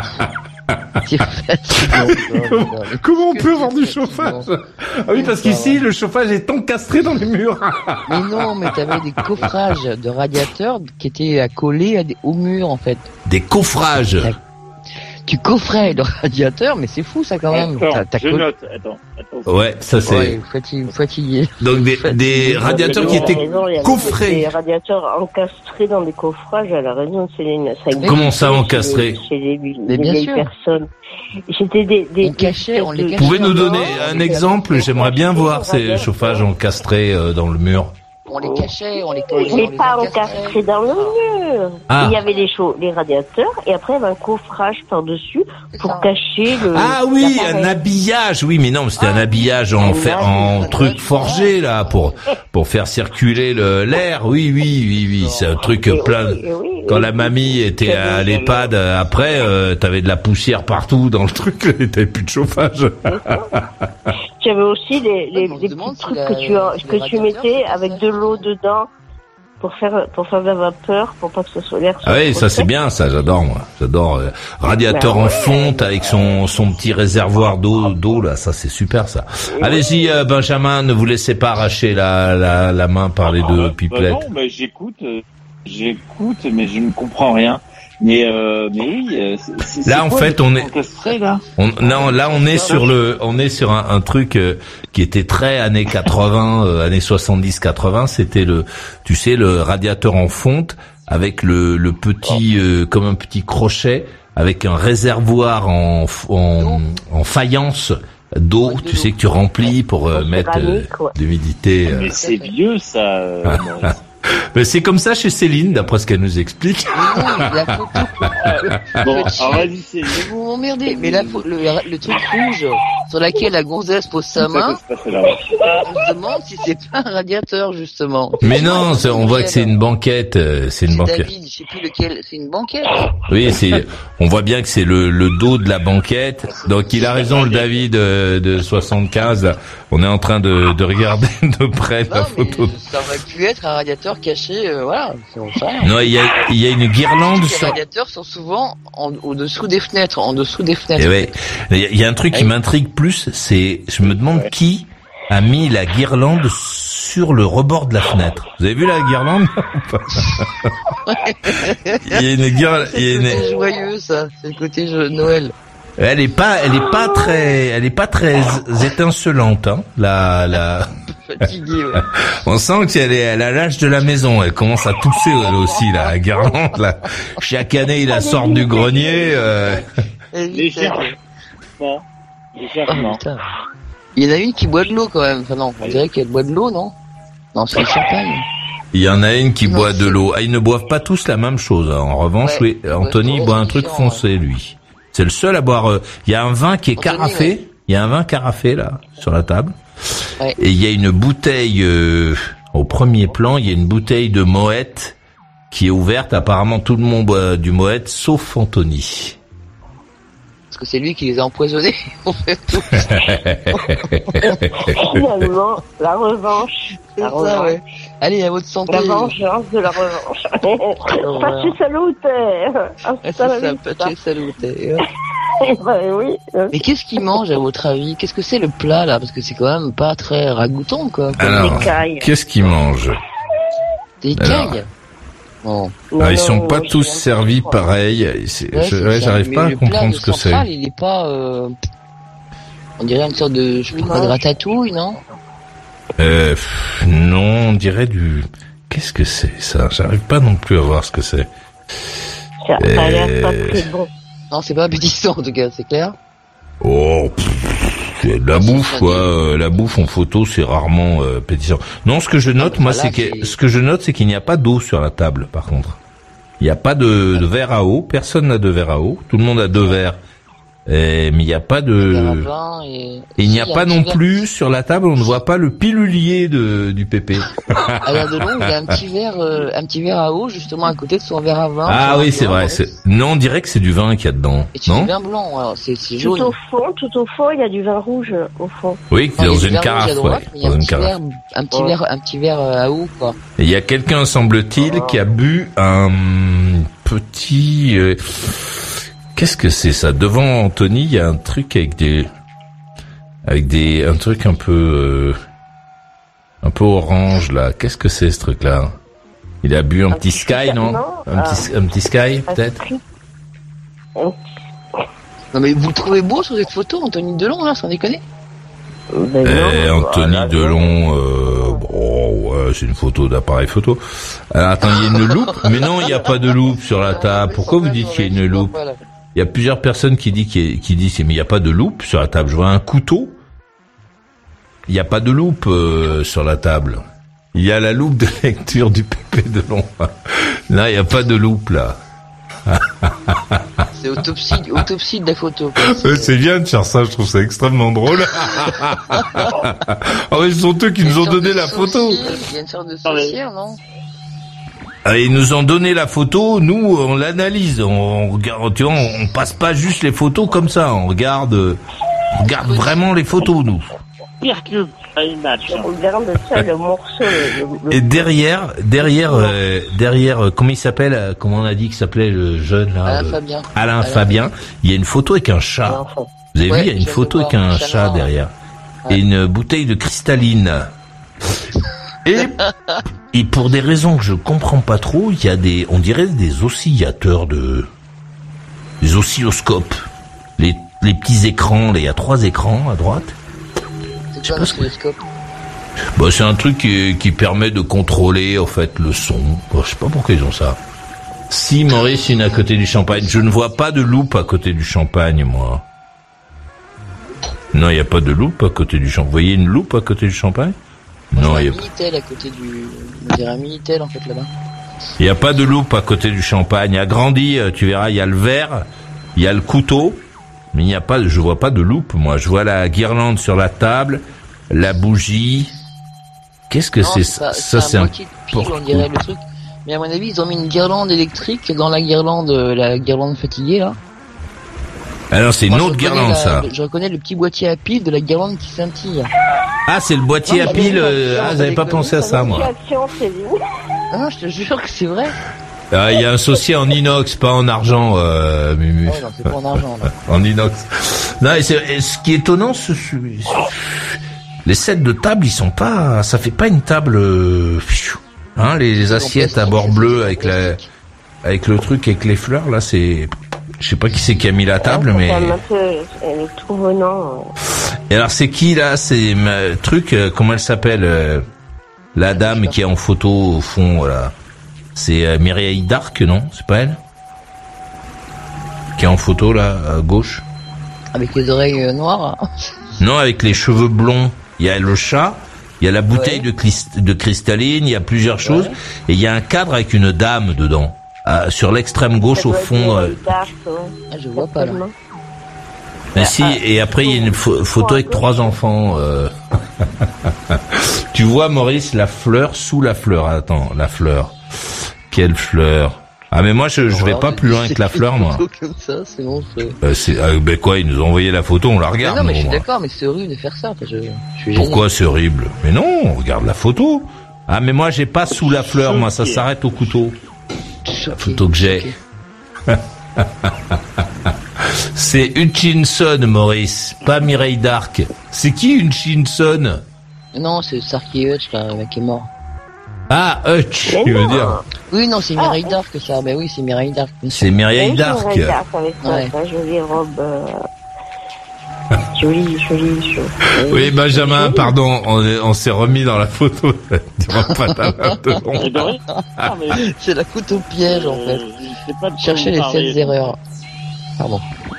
comment, comment on peut avoir du chauffage ? Ah oui, parce qu'ici, le chauffage est encastré dans les murs. Mais non, mais t'avais des coffrages de radiateurs qui étaient accolés à des, aux murs, en fait. Des coffrages ? Tu coffrais le radiateur, mais c'est fou ça quand même. Attends, t'as, t'as je coll... note. Attends, attends. Ouais, ça c'est. Ouais, fatigué. fatigué. Donc des, des radiateurs qui étaient coffrés. Des radiateurs encastrés dans des coffrages. Elle a raison, Céline. Ça Comment ça encastré ? Chez les, mais bien les sûr. personnes. C'était des. des on cachait, on les cachait. Vous pouvez nous donner un exemple ? J'aimerais bien voir ces chauffages encastrés dans le mur. On les cachait, on les cachait. Mais pas encastrés dans le mur. Ah. Il y avait les, chauds, les radiateurs et après il y avait un coffrage par-dessus pour cacher le... Ah oui, l'appareil. Un habillage. Oui, mais non, c'était ah, un habillage en, fer, en truc forgé, là, pour, pour faire circuler le, l'air. Oui, oui, oui, oui. C'est un truc et plein... Oui, oui, oui, quand oui, la mamie oui, était à l'EHPAD, après, euh, t'avais de la poussière partout dans le truc, t'avais plus de chauffage. Tu avais aussi les, les, les petits trucs que tu, que tu mettais avec de l'eau dedans pour faire pour faire de la vapeur, pour pas que ce soit l'air. Ah oui, ça c'est bien, ça j'adore moi. J'adore euh, radiateur Ben ouais. en fonte avec son son petit réservoir d'eau d'eau là, ça c'est super ça. Allez-y euh, Benjamin, ne vous laissez pas arracher la la, la main par les deux Bah, pipelettes. non, bah, j'écoute, euh, j'écoute, mais je ne comprends rien. Mais euh, mais oui. Euh, c'est, c'est Là en quoi, fait le on truc est orchestré, là on, non là on est sur le on est sur un, un truc euh, qui était très années quatre-vingts euh, années soixante-dix quatre-vingts, c'était le tu sais le radiateur en fonte avec le le petit euh, comme un petit crochet avec un réservoir en en, en faïence d'eau, tu sais que tu remplis pour euh, mettre euh, d'humidité. euh. Mais c'est vieux ça. Euh, Maurice. Mais c'est comme ça chez Céline, d'après ce qu'elle nous explique. Bon, alors vas-y, c'est. Vous m'emmerdez, mais la, le, le truc rouge sur laquelle la gonzesse pose sa main, on se demande si c'est pas un radiateur justement. Mais non, c'est- on voit que c'est une banquette, euh, c'est une banquette. David, je sais plus lequel, c'est une banquette. Oui, c'est, on voit bien que c'est le, le dos de la banquette. Donc il a raison, le David euh, de soixante-quinze. Là. On est en train de, de regarder de près la photo. Ça aurait pu être un radiateur caché, euh, voilà, on sait rien. Non, il y a, il y a une guirlande Les sur. radiateurs sont souvent en, au-dessous des fenêtres, en dessous des fenêtres. Et ouais, il y a- il y a un truc qui m'intrigue plus, c'est, je me demande qui a mis la guirlande sur le rebord de la fenêtre. Vous avez vu la guirlande? Il y a une guirlande, il y a une- C'est joyeux, ça. C'est le côté jeu- Noël. Elle est pas, elle est pas très, elle est pas très étincelante, hein. La, la. Fatigué, ouais. On sent qu'elle est, elle a l'âge de la maison. Elle commence à tousser elle aussi, la guirlande. Là. Chaque année, il la sort du grenier. Euh... Légèrement. Légèrement. Putain. Il y en a une qui boit de l'eau quand même. Enfin non, on dirait qu'elle boit de l'eau, non? Non, c'est le champagne. Il y en a une qui boit de l'eau. Ah, ils ne boivent pas tous la même chose. Hein. En revanche, Ouais. oui, Anthony Ouais, boit un c'est truc différent, foncé, lui. C'est le seul à boire. euh, Il y a un vin qui est Anthony, carafé. ouais. Il y a un vin carafé là sur la table. Ouais. Et il y a une bouteille euh, au premier plan. Il y a une bouteille de Moët qui est ouverte. Apparemment, tout le monde boit du Moët, sauf Anthony. Parce que c'est lui qui les a empoisonnés. On fait tout. Finalement, la revanche. C'est La ça, revanche. ouais. Allez, à votre santé. La vengeance de la revanche. Pace salute. Ah, c'est ça, pace salute. Ben oui. Mais qu'est-ce qu'ils mangent à votre avis? Qu'est-ce que c'est le plat là? Parce que c'est quand même pas très ragoûtant quoi. Alors, qu'est-ce qu'ils mangent? Des Alors, cailles. Bon. Ah, ils sont pas tous servis pareil. C'est- Ouais, je- c'est ouais, ça. j'arrive Mais pas à le plat comprendre de ce que c'est. Centrale, il est pas. Euh... On dirait une sorte de, je sais pas, de ratatouille, non? Euh, pff, non, on dirait du. Qu'est-ce que c'est ça? J'arrive pas non plus à voir ce que c'est. Ça a l'air pas Euh, très bon. Non, c'est pas appétissant en tout cas, c'est clair. Oh, pff, c'est de la bouffe quoi. Euh, La bouffe en photo, c'est rarement euh, pétissant. Non, ce que je note, moi, voilà, c'est que c'est- ce que je note, c'est qu'il n'y a pas d'eau sur la table. Par contre, il n'y a pas de, de verre à eau. Personne n'a de verre à eau. Tout le monde a deux verres. Et, mais il n'y a pas de. Verre à vin et... Et il n'y a Si, pas un non petit verre- plus sur la table, on ne voit pas le pilulier de du pépé. À l'air de long, il y a un petit verre, euh, un petit verre à eau justement à côté de son verre à vin. Ah Sur oui, un c'est blanc, vrai. ouais. c'est- Non, on dirait que c'est du vin qu'il y a dedans. Et c'est Non du vin blanc, alors c'est c'est Tout jaune. au fond, tout au fond, il y a du vin rouge au fond. Oui, Non, il y dans a du une vin rouge carafe, à droite, ouais, mais il y a dans un une petit carafe. verre, un petit verre, un petit verre euh, à eau quoi. Et il y a quelqu'un, semble-t-il, qui a bu un petit. euh, Qu'est-ce que c'est ça? Devant Anthony, il y a un truc avec des, avec des, un truc un peu, euh, un peu orange là. Qu'est-ce que c'est ce truc-là? Il a bu un, petit Sky, non? Un petit, un petit Sky, peut-être? Non mais vous le trouvez beau sur cette photo, Anthony Delon là, sans déconner? Eh, Anthony Delon, euh, bon, ouais, c'est une photo d'appareil photo. Alors, attends, il y a une loupe? Mais non, il n'y a pas de loupe sur la table. Pourquoi vous dites qu'il y a une loupe? Il y a plusieurs personnes qui disent qu'il y a, qui disent, mais il n'y a pas de loupe sur la table. Je vois un couteau. Il n'y a pas de loupe euh, sur la table. Il y a la loupe de lecture du Pépé Delon. Là, il n'y a pas de loupe, là. C'est autopsie, autopsie de la photo. quoi. Ouais, c'est bien de faire ça, je trouve ça extrêmement drôle. Ah ouais, ce sont eux qui nous ont donné la photo. Il y a une sorte de saucière, non? Ah, ils nous ont donné la photo, nous on l'analyse, on regarde, tu vois, on passe pas juste les photos comme ça, on regarde, on regarde vraiment les photos nous. pire que un match. Je regarde ça, le morceau. Le, le... Et derrière, derrière, euh, derrière, euh, comment il s'appelle, euh, comment on a dit qu'il s'appelait le jeune là, Alain euh, Fabien. Alain, Alain Fabien. Il y a une photo avec un chat. Vous avez Ouais, vu, il y a une je viens photo de avec voir, un un chat chat noir. derrière. Ouais. Et une bouteille de cristalline. Et, et pour des raisons que je comprends pas trop, il y a des, on dirait des oscillateurs de, des oscilloscopes. Les, les petits écrans, là, il y a trois écrans à droite. C'est quoi un oscilloscope? Bah, c'est un truc qui, qui permet de contrôler, en fait, le son. Bon, je sais pas pourquoi ils ont ça. Si, Maurice, une à côté du champagne. Je ne vois pas de loupe à côté du champagne, moi. Non, il n'y a pas de loupe à côté du champagne. Vous voyez une loupe à côté du champagne? Non, il y y a a un Minitel à côté du, on dirait un Minitel, en fait, là-bas. il y a pas de loupe à côté du champagne. Agrandi, tu verras, il y a le verre, il y a le couteau, mais il n'y a pas, je vois pas de loupe, moi. Je vois la guirlande sur la table, la bougie. Qu'est-ce que Non, c'est ça? ça? C'est C'est un un moitié de pile, on dirait le truc. Mais à mon avis, ils ont mis une guirlande électrique dans la guirlande, la guirlande fatiguée, là. Alors c'est une Moi, autre je reconnais guirlande, la- ça. Je reconnais le petit boîtier à pile de la guirlande qui scintille. Ah, c'est le boîtier Non, à mais pile. c'est euh, pas- Ah, c'est j'avais pas des pensé à ça, moi. Ah non, je te jure que c'est vrai. Ah, il y a un saucier en inox, pas en argent, euh, Mumu. Oh non, c'est pas en argent, là. En inox. Non, et, c'est- et ce qui est étonnant, ce, ce- les sets de table, ils sont pas, ça fait pas une table, euh, pfiou. hein, les, les assiettes à bord bleu avec la, avec le truc avec les fleurs, là, c'est, je sais pas qui c'est qui a mis la table, mais. Un peu, elle est tout venant. Et alors c'est qui là? C'est ma truc, euh, comment elle s'appelle euh, la dame qui est en photo au fond, voilà. C'est euh, Mireille Darc, non? C'est pas elle? Qui est en photo là, à gauche? Avec les oreilles euh, noires. Non, avec les cheveux blonds. Il y a le chat, il y a la bouteille Ouais. de, clis- de cristalline, il y a plusieurs choses, Ouais. et il y a un cadre avec une dame dedans. Ah, sur l'extrême gauche au fond. euh, Ah, je vois pas, là. Mais si, et après il y a une pho- photo avec trois enfants. euh. Tu vois, Maurice, la fleur sous la fleur. Attends, la fleur. Quelle fleur? Ah mais moi je, je vais pas plus loin que la fleur, moi. Comme ça, c'est bon. c'est- Euh, c'est, euh, ben quoi, ils nous ont envoyé la photo, on la Mais regarde. non, mais nous, je suis moi. d'accord, mais c'est horrible de faire ça. Enfin, je, je suis Pourquoi gêné. c'est horrible? Mais non, on regarde la photo. Ah mais moi j'ai pas sous la fleur, moi ça s'arrête au couteau. La photo que j'ai. C'est Hutchinson, Maurice, pas Mireille Darc. C'est qui Hutchinson? Non, c'est Sarky Hutch, là, le mec qui est mort. Ah, Hutch, tu veux dire? Oui, non, c'est Mireille Darc, ça. Ben oui, c'est Mireille Darc. bien sûr. C'est Mireille Darc. Mireille Darc avec sa, Ouais. sa jolie robe. Euh... jolie, jolie, jolie. Oui, Benjamin, pardon, on, est- on s'est remis dans la photo. Tu vois pas ta main de long. C'est la couteau piège, en fait. sais pas de quoi Cherchez vous les parlez. sept erreurs. Pardon.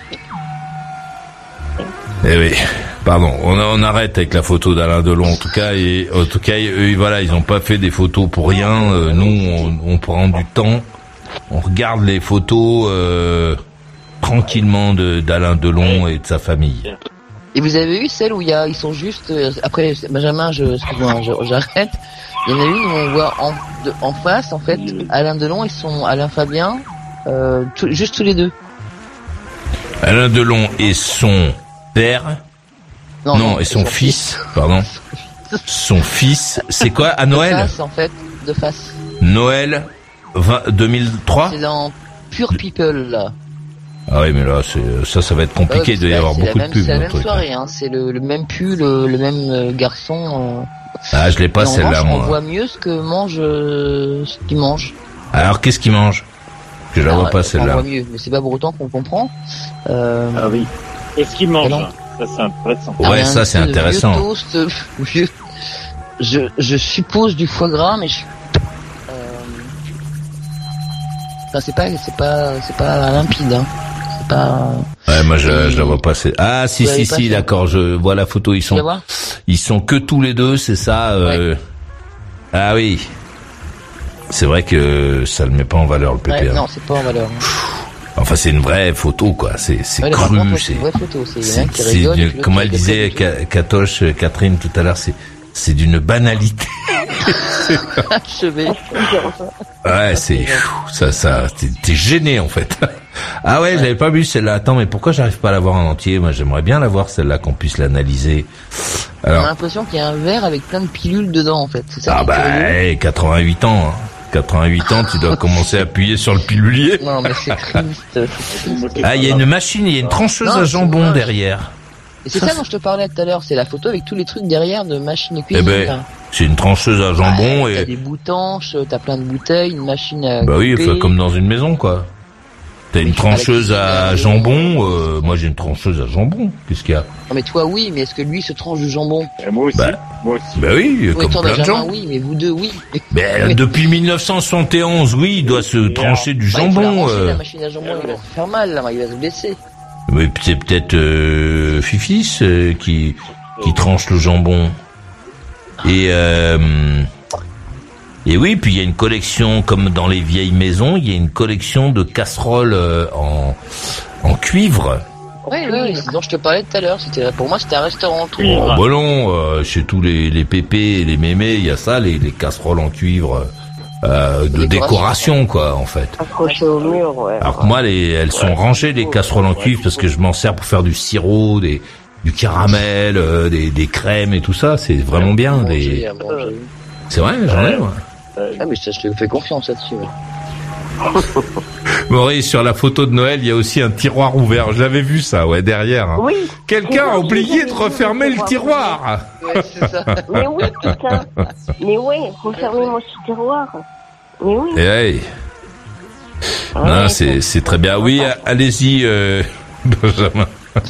Eh oui, pardon, on, on arrête avec la photo d'Alain Delon en tout cas, et en tout cas, eux, voilà, ils ont pas fait des photos pour rien. Euh, nous, on, on prend du temps, on regarde les photos euh, tranquillement de d'Alain Delon et de sa famille. Et vous avez eu celle où il y a, ils sont juste, euh, après, Benjamin, je, excuse-moi, je- j'arrête. Il y en a une où on voit en, de, en face, en fait, Alain Delon et son Alain Fabien, euh, tout- juste tous les deux. Alain Delon et son père, Non, non, non, et son fils, pardon, son fils, c'est quoi à De Noël? face, en fait, de face. Noël vingt deux mille trois. C'est dans Pure People, là. Ah oui, mais là, c'est, ça, ça va être compliqué. Euh, Il doit y c'est- avoir c'est beaucoup la de même- pubs C'est la dans même le truc. soirée, hein. C'est le, le même pull, le, le même euh, garçon. euh. Ah, je l'ai pas Et en celle-là, revanche, moi. On voit mieux ce que mange, euh, ce qu'il mange. Alors, qu'est-ce qu'il mange? Que je la vois Alors, pas, On celle-là. voit mieux, mais c'est pas pour autant qu'on comprend. Euh... Ah oui. Est-ce qu'il mange? Ah non. Ça, c'est intéressant. Ouais, un ça, c'est espèce de intéressant. Vieux toast, euh, vieux. Je, je suppose du foie gras, mais je. Euh... Enfin, c'est pas, c'est pas, c'est pas limpide. Hein. C'est pas. Ouais, moi, je, je la vois pas. c'est- Ah, si, Vous si, l'avez pas si, fait d'accord, je vois la photo. Ils Tu la sont, vois ils sont que tous les deux, c'est ça, euh... Ah oui. C'est vrai que ça le met pas en valeur, le P P A. Ouais, non, c'est pas en valeur. Enfin, c'est une vraie photo, quoi. C'est, c'est Ouais, par cru, contre, c'est, c'est une vraie photo. C'est c'est, un qui c'est rigole. d'une- et puis l'autre comme qui elle est disait, dépressif. Ka- Katoche, euh, Catherine, tout à l'heure, c'est, c'est d'une banalité. Achevé. Ouais, c'est, ça, ça, t'es, t'es gêné, en fait. Ah ouais, je l'avais pas vu celle-là. Attends, mais pourquoi j'arrive pas à la voir en entier? Moi, j'aimerais bien la voir celle-là, qu'on puisse l'analyser. Alors... On a l'impression qu'il y a un verre avec plein de pilules dedans, en fait. C'est ça. Ah bah, hey, quatre-vingt-huit ans. Hein. quatre-vingt-huit ans, tu dois commencer à appuyer sur le pilulier. Non, mais c'est triste. C'est triste. Ah, il y a une machine, il y a une trancheuse non, à jambon derrière. Et c'est ça, ça dont je te parlais tout à l'heure, c'est la photo avec tous les trucs derrière de machine de cuisine. Eh ben, c'est une trancheuse à jambon ouais, et... T'as des boutanches, t'as plein de bouteilles, une machine à Bah couper. oui, enfin, comme dans une maison, quoi. T'as une trancheuse à jambon, euh, moi j'ai une trancheuse à jambon, qu'est-ce qu'il y a? Non mais toi oui, mais est-ce que lui se tranche du jambon? Et moi aussi, bah, moi aussi. Bah oui, oui comme plein de gens. Oui, mais vous deux, oui. Mais oui. Depuis mille neuf cent soixante et onze, oui, il doit se et trancher du bah, jambon. Il faut la ranger, euh... la machine à jambon, il va se faire mal, là, il va se blesser. Mais c'est peut-être euh, Fifis euh, qui qui tranche le jambon. Et euh, et oui, puis il y a une collection, comme dans les vieilles maisons, il y a une collection de casseroles euh, en en cuivre. Oui, oui, oui, c'est dont je te parlais tout à l'heure. C'était pour moi, c'était un restaurant. Tout. Oh, bah non, euh, chez tous les les pépés et les mémés, il y a ça, les les casseroles en cuivre. Euh, de décoration, quoi, en fait. Accrochées au mur, ouais. Alors que moi, les, elles sont rangées, les casseroles en cuivre, parce que je m'en sers pour faire du sirop, des, du caramel, euh, des, des crèmes et tout ça. C'est vraiment bien. Des... C'est vrai, j'en ai, moi. Ah, mais ça, je te fais confiance là-dessus. Ouais. Maurice, sur la photo de Noël, il y a aussi un tiroir ouvert. J'avais vu ça, ouais, derrière. Hein. Oui. Quelqu'un a oublié de refermer le tiroir. Ouais, c'est ça. Mais oui, putain. Mais oui, refermez-moi ce tiroir. Mais oui. Et hey. Ouais, non, c'est, c'est très bien. Oui, allez-y, euh, Benjamin.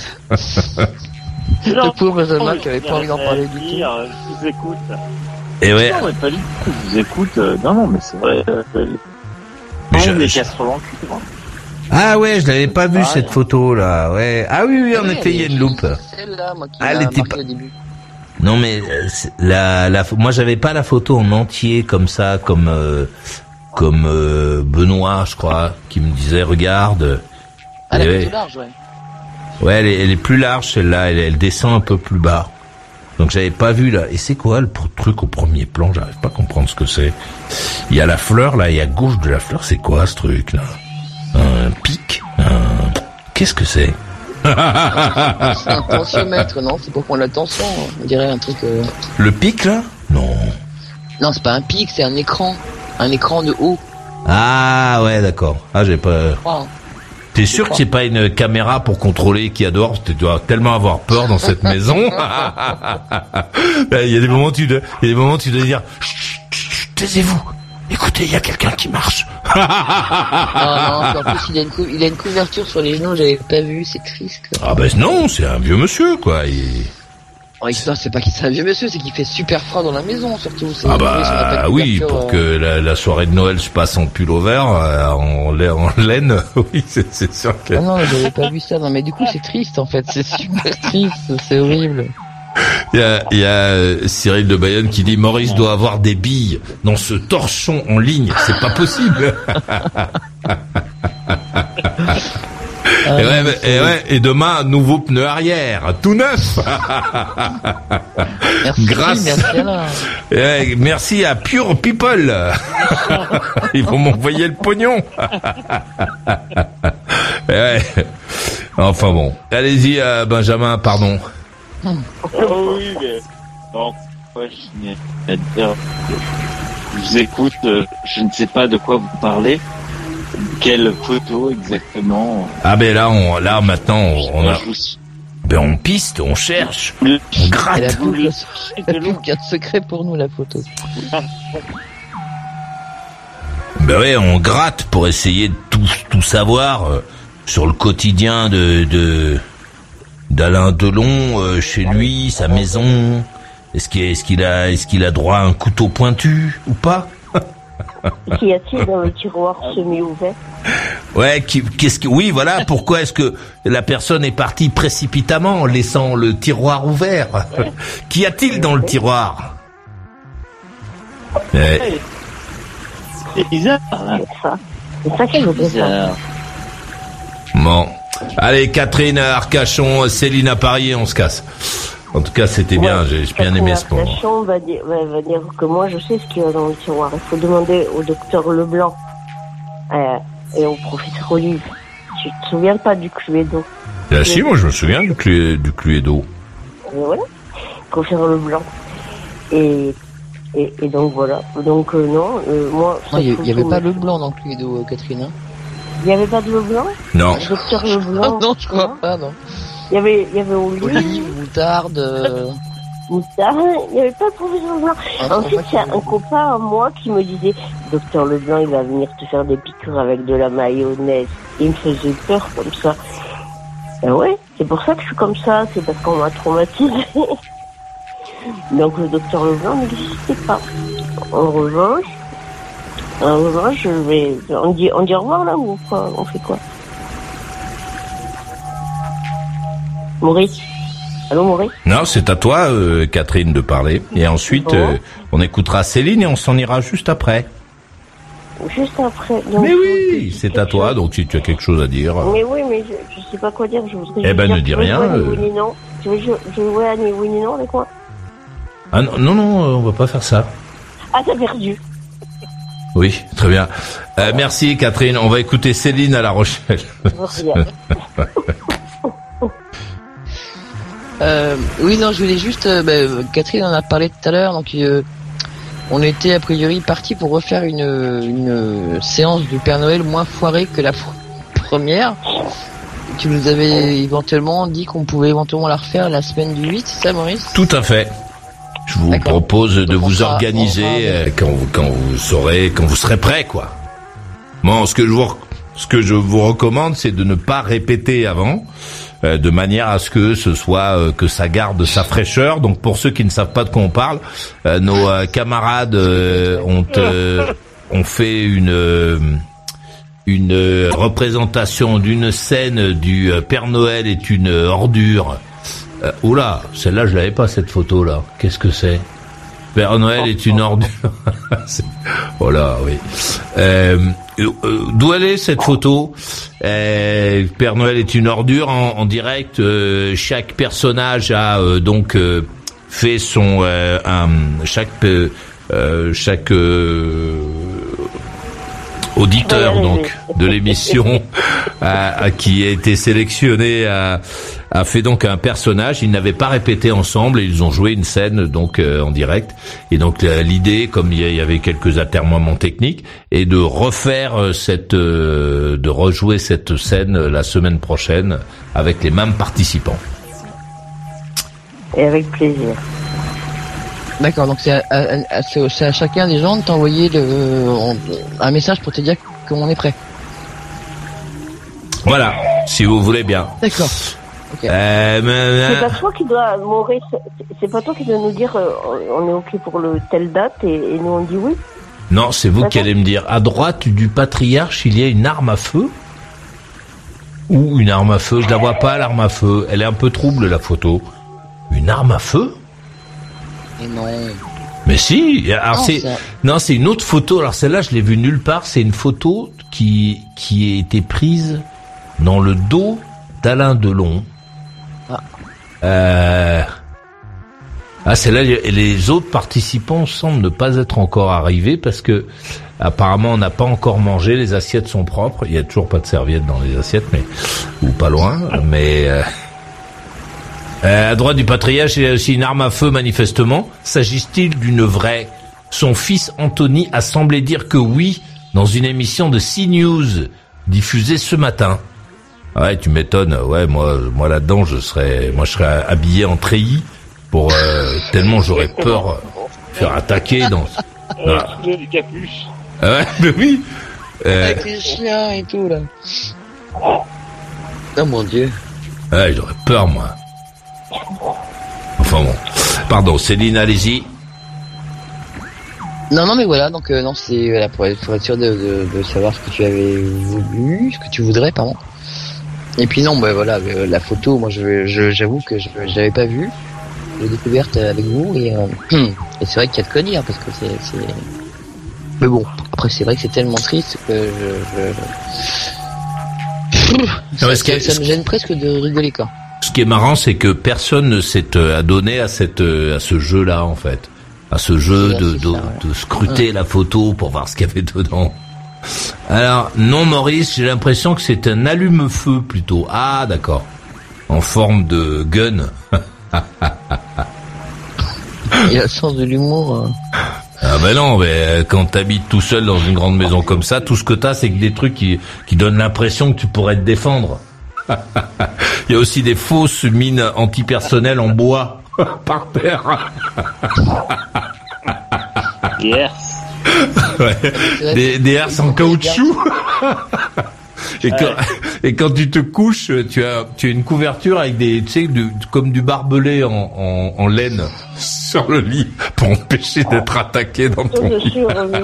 Le pauvre Benjamin qui avait pas envie d'en parler du tout. Je vous écoute. Et ouais. Non, mais pas du tout. Je vous écoute. Non, non, mais c'est vrai. Mais je, je, des casseroles en cuivre. Ah ouais, je l'avais pas vu ah, cette ouais. photo là. Ouais. Ah oui, oui, en effet, il y a une loupe. Celle-là, moi qui ah, elle était pas. Au début. Non mais la, la, moi j'avais pas la photo en entier comme ça, comme euh, comme euh, Benoît, je crois, qui me disait regarde. Ah, elle est ouais. plutôt large, ouais. Ouais, elle est, elle est plus large celle-là, elle, elle descend un peu plus bas. Donc j'avais pas vu là. Et c'est quoi le truc au premier plan? J'arrive pas à comprendre ce que c'est. Il y a la fleur là, et à gauche de la fleur, c'est quoi ce truc là? Un pic? Un... Qu'est-ce que c'est? C'est un tensiomètre, non? C'est pour prendre la tension, on dirait un truc... Euh... Le pic, là? Non. Non, c'est pas un pic, c'est un écran. Un écran de haut. Ah, ouais, d'accord. Ah, j'ai pas... Oh. T'es sûr que c'est pas une caméra pour contrôler qui y a dehors? Tu dois tellement avoir peur dans cette maison. Il y a des moments où tu dois, il y a des moments où tu dois dire, chut, chut, taisez-vous. Écoutez, il y a quelqu'un qui marche. non, non, en plus, il a, une cou- il a une couverture sur les genoux, j'avais pas vu, c'est triste. Quoi. Ah ben non, c'est un vieux monsieur, quoi. Il... Oh, non, c'est pas qu'il c'est un vieux monsieur, c'est qu'il fait super froid dans la maison, surtout. C'est ah bah oui, pour euh... que la, la soirée de Noël se passe en pull over, euh, en, en laine, oui, c'est, c'est sûr que... Ah non, j'avais pas vu ça, non, mais du coup, c'est triste, en fait, c'est super triste, c'est horrible. Il y a, il y a Cyril de Bayonne qui dit Maurice doit avoir des billes dans ce torchon en ligne, c'est pas possible. Ah, et, ouais, et, ouais, et demain, un nouveau pneu arrière, tout neuf. Merci, Grâce. Merci, et ouais, merci à Pure People. Ils vont m'envoyer le pognon. et ouais. Enfin bon, allez-y, euh, Benjamin, pardon. Oh oui, mais bon, ouais, je n'ai à dire. Je vous écoute, euh, je ne sais pas de quoi vous parlez. Quelle photo exactement? Ah ben là, on, là maintenant, on, on a, ben on piste, on cherche, on gratte. Elle a plus qu'un secret pour nous la photo. Ben ouais, on gratte pour essayer de tout, tout savoir euh, sur le quotidien de, de d'Alain Delon, euh, chez lui, sa maison. Est-ce qu'il, est-ce qu'il a, est-ce qu'il a droit à un couteau pointu ou pas? Qu'y a-t-il dans le tiroir semi-ouvert? Ouais, qui, qu'est-ce que, oui, voilà, pourquoi est-ce que la personne est partie précipitamment en laissant le tiroir ouvert? Qu'y a-t-il dans le tiroir? Ouais. C'est bizarre, hein. C'est ça. C'est ça qui est bizarre. Bon. Allez, Catherine à Arcachon, Céline à Paris, on se casse. En tout cas, c'était bien, ouais, j'ai, j'ai bien aimé ce moment. Arcachon va dire, va, va dire que moi, je sais ce qu'il y a dans le tiroir. Il faut demander au docteur Leblanc euh, et au professeur Olive. tu te souviens pas du Cluedo? Ah si, moi je me souviens du, Clue, du Cluedo. Et voilà, confère le blanc. Et, et, et donc voilà. Donc euh, non, euh, moi... Il n'y avait pas le blanc dans le Cluedo, euh, Catherine. Il n'y avait pas de le blanc? Non. Docteur Le Blanc? Non, je crois pas, non. Il y avait, il y avait olive, olive moutarde... Euh... moutarde, il n'y avait pas de professeur Leblanc. Ah, ensuite, c'est un copain à moi qui me disait, Docteur Leblanc, il va venir te faire des piqûres avec de la mayonnaise. Il me faisait peur comme ça. Ben ouais, c'est pour ça que je suis comme ça, c'est parce qu'on m'a traumatisé. Donc le Docteur Leblanc n'existait pas. En revanche, en revanche, je vais, on dit, on dit au revoir là ou quoi? On fait quoi? Maurice? Allô, Maurice? Non, c'est à toi, euh, Catherine, de parler. Et ensuite, bon. euh, on écoutera Céline et on s'en ira juste après. Juste après. Donc, mais oui, c'est à toi, chose. Donc si tu as quelque chose à dire. Mais oui, mais je, je sais pas quoi dire. Je voudrais eh ben, ne dis rien. Euh... Oui, non. Tu veux jouer à ni oui ni non avec moi? Ah non, non, non, on va pas faire ça. Ah, t'as perdu. Oui, très bien. Euh, merci, Catherine. On va écouter Céline à La Rochelle. Euh, oui, non, je voulais juste... Euh, bah, Catherine en a parlé tout à l'heure, donc euh, on était a priori parti pour refaire une, une séance du Père Noël moins foirée que la f- première. Tu nous avais éventuellement dit qu'on pouvait éventuellement la refaire la semaine du huit, c'est ça, Maurice? Tout à fait. Je vous D'accord. propose de donc vous sera, organiser euh, quand, vous, quand vous saurez, quand vous serez prêt, quoi. Bon, ce que je vous, ce que je vous recommande, c'est de ne pas répéter avant. De manière à ce que ce soit euh, que ça garde sa fraîcheur. Donc pour ceux qui ne savent pas de quoi on parle, euh, nos euh, camarades euh, ont euh, ont fait une euh, une représentation d'une scène du Père Noël est une ordure. Euh, oula, celle-là je l'avais pas, cette photo là. Qu'est-ce que c'est? Père Noël est une ordure. Oh là, oui. Euh, euh, d'où elle est cette photo? euh, Père Noël est une ordure en, en direct. Euh, chaque personnage a euh, donc euh, fait son euh, un, chaque euh, chaque euh, auditeur donc de l'émission à, à qui a été sélectionné a, a fait donc un personnage. Ils n'avaient pas répété ensemble et ils ont joué une scène donc euh, en direct. Et donc euh, l'idée, comme il y avait quelques atermoiements techniques, est de refaire cette, euh, de rejouer cette scène la semaine prochaine avec les mêmes participants. Et avec plaisir. D'accord, donc c'est à, à, à, c'est à chacun des gens de t'envoyer le, un message pour te dire qu'on est prêt. Voilà, si vous voulez bien. D'accord. Okay. Euh, mais, c'est pas toi qui dois, Maurice, c'est pas toi qui dois nous dire euh, on est ok pour le telle date et, et nous on dit oui? Non, c'est vous qui allez me dire. À droite du patriarche, il y a une arme à feu? Ou une arme à feu? Je la vois pas, l'arme à feu. Elle est un peu trouble, la photo. Une arme à feu? Et non. Mais si, alors non, c'est, c'est non, c'est une autre photo. Alors celle-là, je l'ai vue nulle part. C'est une photo qui qui a été prise dans le dos d'Alain Delon. Ah. Euh... Ah, celle-là, les autres participants semblent ne pas être encore arrivés parce que apparemment on n'a pas encore mangé. Les assiettes sont propres. Il y a toujours pas de serviettes dans les assiettes, mais ou pas loin. Mais euh... Euh, à droite du patriarche, il y a aussi une arme à feu, manifestement. S'agit-il d'une vraie? Son fils Anthony a semblé dire que oui, dans une émission de CNews, diffusée ce matin. Ouais, tu m'étonnes. Ouais, moi, moi là-dedans, je serais, moi, je serais habillé en treillis pour, euh, tellement j'aurais peur de faire attaquer dans, voilà. Euh, du capuche. Ouais, mais oui. Euh... Avec les chiens et tout, là. Oh mon Dieu. Ouais, j'aurais peur, moi. Enfin bon, pardon, Céline, allez-y. Non, non, mais voilà, donc euh, non, c'est voilà, pour, être, pour être sûr de, de, de savoir ce que tu avais voulu, ce que tu voudrais, pardon. Et puis non, bah voilà, euh, la photo, moi, je, je j'avoue que je, je l'avais pas vue, je l'ai découverte avec vous et, euh, et c'est vrai qu'il y a de quoi dire parce que c'est, c'est. Mais bon, après c'est vrai que c'est tellement triste que je. je... ça, non, ça, ça me gêne presque de rigoler quoi. Ce qui est marrant, c'est que personne ne s'est adonné à cette, à ce jeu-là, en fait. À ce jeu de, de, de scruter la photo pour voir ce qu'il y avait dedans. Alors, non, Maurice, j'ai l'impression que c'est un allume-feu plutôt. Ah, d'accord. En forme de gun. Il a le sens de l'humour. Hein. Ah ben non, mais quand t'habites tout seul dans une grande maison comme ça, tout ce que t'as, c'est que des trucs qui, qui donnent l'impression que tu pourrais te défendre. Il y a aussi des fausses mines antipersonnelles en bois par terre. Yes. Ouais. Des, des herses en caoutchouc. Et quand, et quand tu te couches, tu as, tu as une couverture avec des, tu sais, du, comme du barbelé en, en, en laine sur le lit pour empêcher d'être attaqué dans ton lit.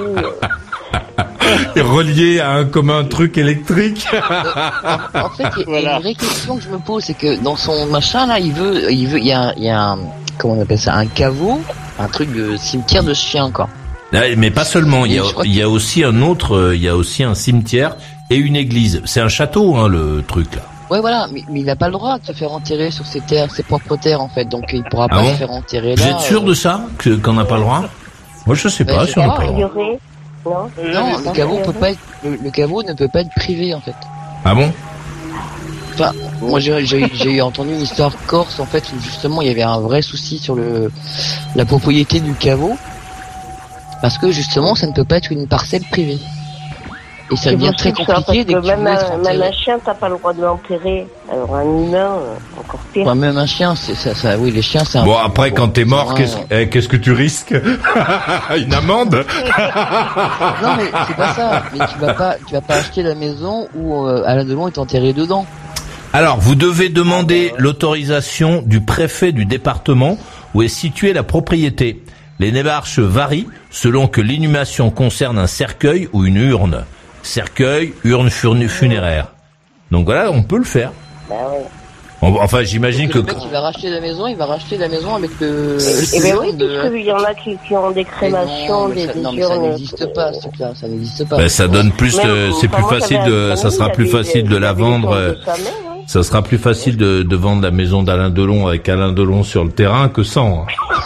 Et relié à un, comme un truc électrique. En, en fait, il y, voilà. y a une vraie question que je me pose, c'est que dans son machin là, il veut, il veut, il y a, il y a un, comment on appelle ça, un caveau, un truc de cimetière de chien, quoi. Mais pas seulement, il y a, il y a aussi un autre, il y a aussi un cimetière et une église. C'est un château, hein, le truc là. Ouais, voilà, mais, mais il n'a pas le droit de se faire enterrer sur ses terres, ses propres terres, en fait, donc il pourra ah pas bon se faire enterrer là. Vous êtes sûr euh... de ça, que qu'on n'a pas le droit? Moi, je sais pas, ben, si on n'a pas le droit. Non, non, le caveau peut pas être, le, le caveau ne peut pas être privé, en fait. Ah bon? Enfin, moi, j'ai, j'ai, j'ai entendu une histoire corse, en fait, où justement, il y avait un vrai souci sur le, la propriété du caveau. Parce que justement, ça ne peut pas être une parcelle privée. Et ça devient très compliqué dès que tu même veux être enterré. Même un chien, t'as pas le droit de l'enterrer. Alors un humain, encore pire. Ouais, même un chien, c'est ça, ça, oui, les chiens, c'est un bon, après, quand t'es mort, qu'est-ce, eh, qu'est-ce que tu risques? Une amende? Non, mais c'est pas ça. Mais tu vas pas, tu vas pas acheter la maison où euh, Alain Delon est enterré dedans. Alors, vous devez demander l'autorisation du préfet du département où est située la propriété. Les démarches varient selon que l'inhumation concerne un cercueil ou une urne. Cercueil, urne funéraire. Donc voilà, on peut le faire. Bah ouais. On, enfin, j'imagine que... Le mec, il va racheter la maison, il va racheter la maison avec le... Eh ben oui, de... parce qu'il y en a qui, qui ont des crémations, non, des, ça, des non, mais ça n'existe pas, ce truc-là, ça n'existe pas. Ben, ça donne plus de... C'est plus facile de... Ça sera plus facile de la vendre... Ça sera plus facile de, de vendre la maison d'Alain Delon avec Alain Delon sur le terrain que sans.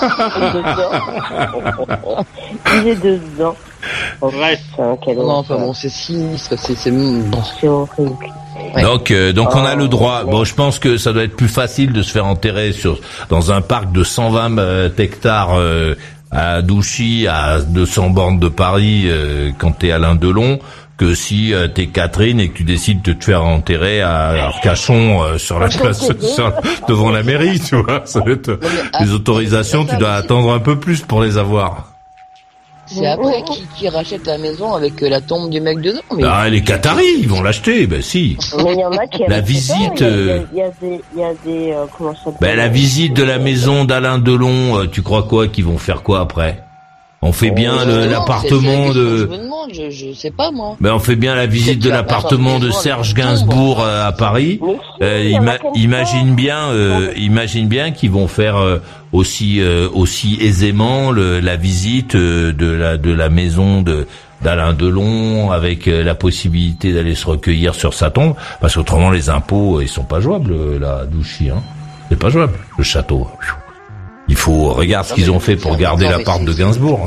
Il est dedans. Ouais. Non, enfin bon, c'est sinistre, c'est, c'est, bon. C'est horrible. Ouais. Donc, euh, donc oh, on a le droit. Bon, je pense que ça doit être plus facile de se faire enterrer sur dans un parc de cent vingt hectares euh, à Douchy, à deux cents bornes de Paris, euh, quand t'es Alain Delon, que si euh, t'es Catherine et que tu décides de te faire enterrer à Arcachon euh, sur la place sur, devant la mairie, tu vois. Ça va être, les autorisations, tu dois attendre un peu plus pour les avoir. C'est après qui, qui rachète la maison avec la tombe du mec dedans. Mais... Ah, les Qataris, ils vont l'acheter, ben si. Mais il y en a qui la visite. Il y a, il y a des, il y a des, euh, comment ça s'appelle? Ben la visite de la maison d'Alain Delon, euh, tu crois quoi qu'ils vont faire quoi après? On fait bien euh, le, non, l'appartement c'est, c'est de. Je me demande, je, je sais pas moi. Ben on fait bien la visite de l'appartement de Serge Gainsbourg euh, à Paris. Euh, ima- imagine bien, euh, imagine bien qu'ils vont faire euh, aussi euh, aussi aisément le, la visite euh, de la de la maison de d'Alain Delon avec euh, la possibilité d'aller se recueillir sur sa tombe, parce qu'autrement les impôts ils sont pas jouables là, Douchy, hein. C'est pas jouable le château. Il faut regarder ce qu'ils ont fait pour garder l'appart de Gainsbourg.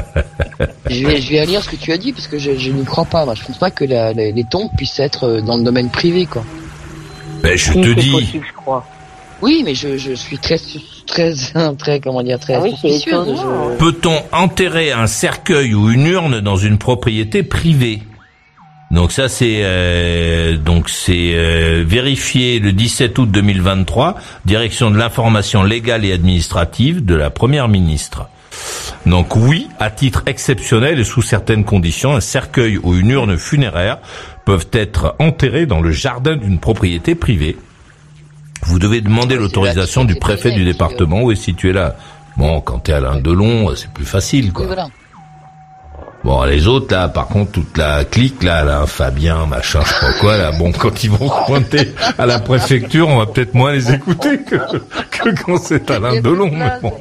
je vais, je vais lire ce que tu as dit parce que je, je n'y crois pas. Moi, je pense pas que la, la, les tombes puissent être dans le domaine privé, quoi. Ben, je te dis. Possible, je crois. Oui, mais je, je suis très, très, très, comment dire, très. Ah oui, je... Peut-on enterrer un cercueil ou une urne dans une propriété privée? Donc ça c'est euh, donc c'est euh, vérifié le dix-sept août deux mille vingt-trois, direction de l'information légale et administrative de la première ministre. Donc oui, à titre exceptionnel et sous certaines conditions, un cercueil ou une urne funéraire peuvent être enterrés dans le jardin d'une propriété privée. Vous devez demander ouais, l'autorisation du préfet du département où est situé là. Bon, quand t'es Alain Delon, c'est plus facile, quoi. Oui, voilà. Bon, les autres, là, par contre, toute la clique, là, là, Fabien, machin, je sais pas quoi, là, bon, quand ils vont se pointer à la préfecture, on va peut-être moins les écouter que, que quand c'est Alain Delon, mais bon.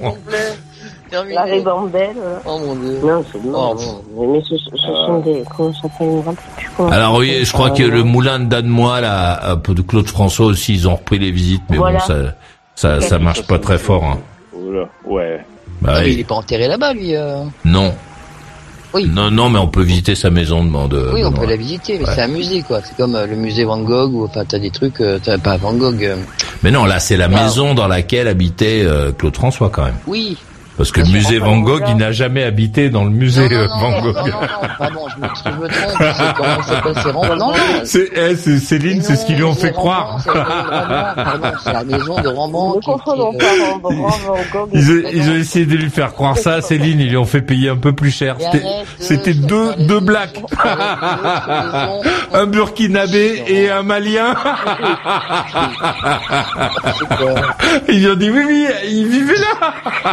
La ribambelle. Oh mon dieu. Non, c'est bon. Oh, mais ce, ce sont des, comment ça s'appelle? Alors oui, je crois que le moulin de Danemois, là, de Claude François aussi, ils ont repris les visites, mais voilà. Bon, ça, ça, ça marche pas très fort, hein. Oula, ouais. Bah, ah, oui. Mais il est pas enterré là-bas, lui, euh... Non. Oui. Non, non, mais on peut visiter sa maison de... de oui, on de peut la visiter, mais ouais. c'est un musée, quoi. C'est comme euh, le musée Van Gogh, ou enfin, t'as des trucs, euh, t'as pas Van Gogh. Euh... Mais non, là, c'est la Ah. maison dans laquelle habitait euh, Claude François, quand même. Oui. Parce que le musée Van Gogh, il n'a jamais habité dans le musée non, non, euh, non, Van non, Gogh. non, non, non, pardon, je me, je me trompe, c'est comment ça s'appelle, c'est Rembrandt. Non, non. C'est, eh, c'est Céline, c'est ce qu'ils lui ont fait croire. C'est Pardon, c'est la maison de Rembrandt. Ne confondons pas Rembrandt, Van Gogh. Ils ont, ils ont essayé de lui faire croire ça, Céline, ils lui ont fait payer un peu plus cher. C'était, c'était deux, deux blacks. Un burkinabé et un malien. Ils lui ont dit oui, oui, il vivait là.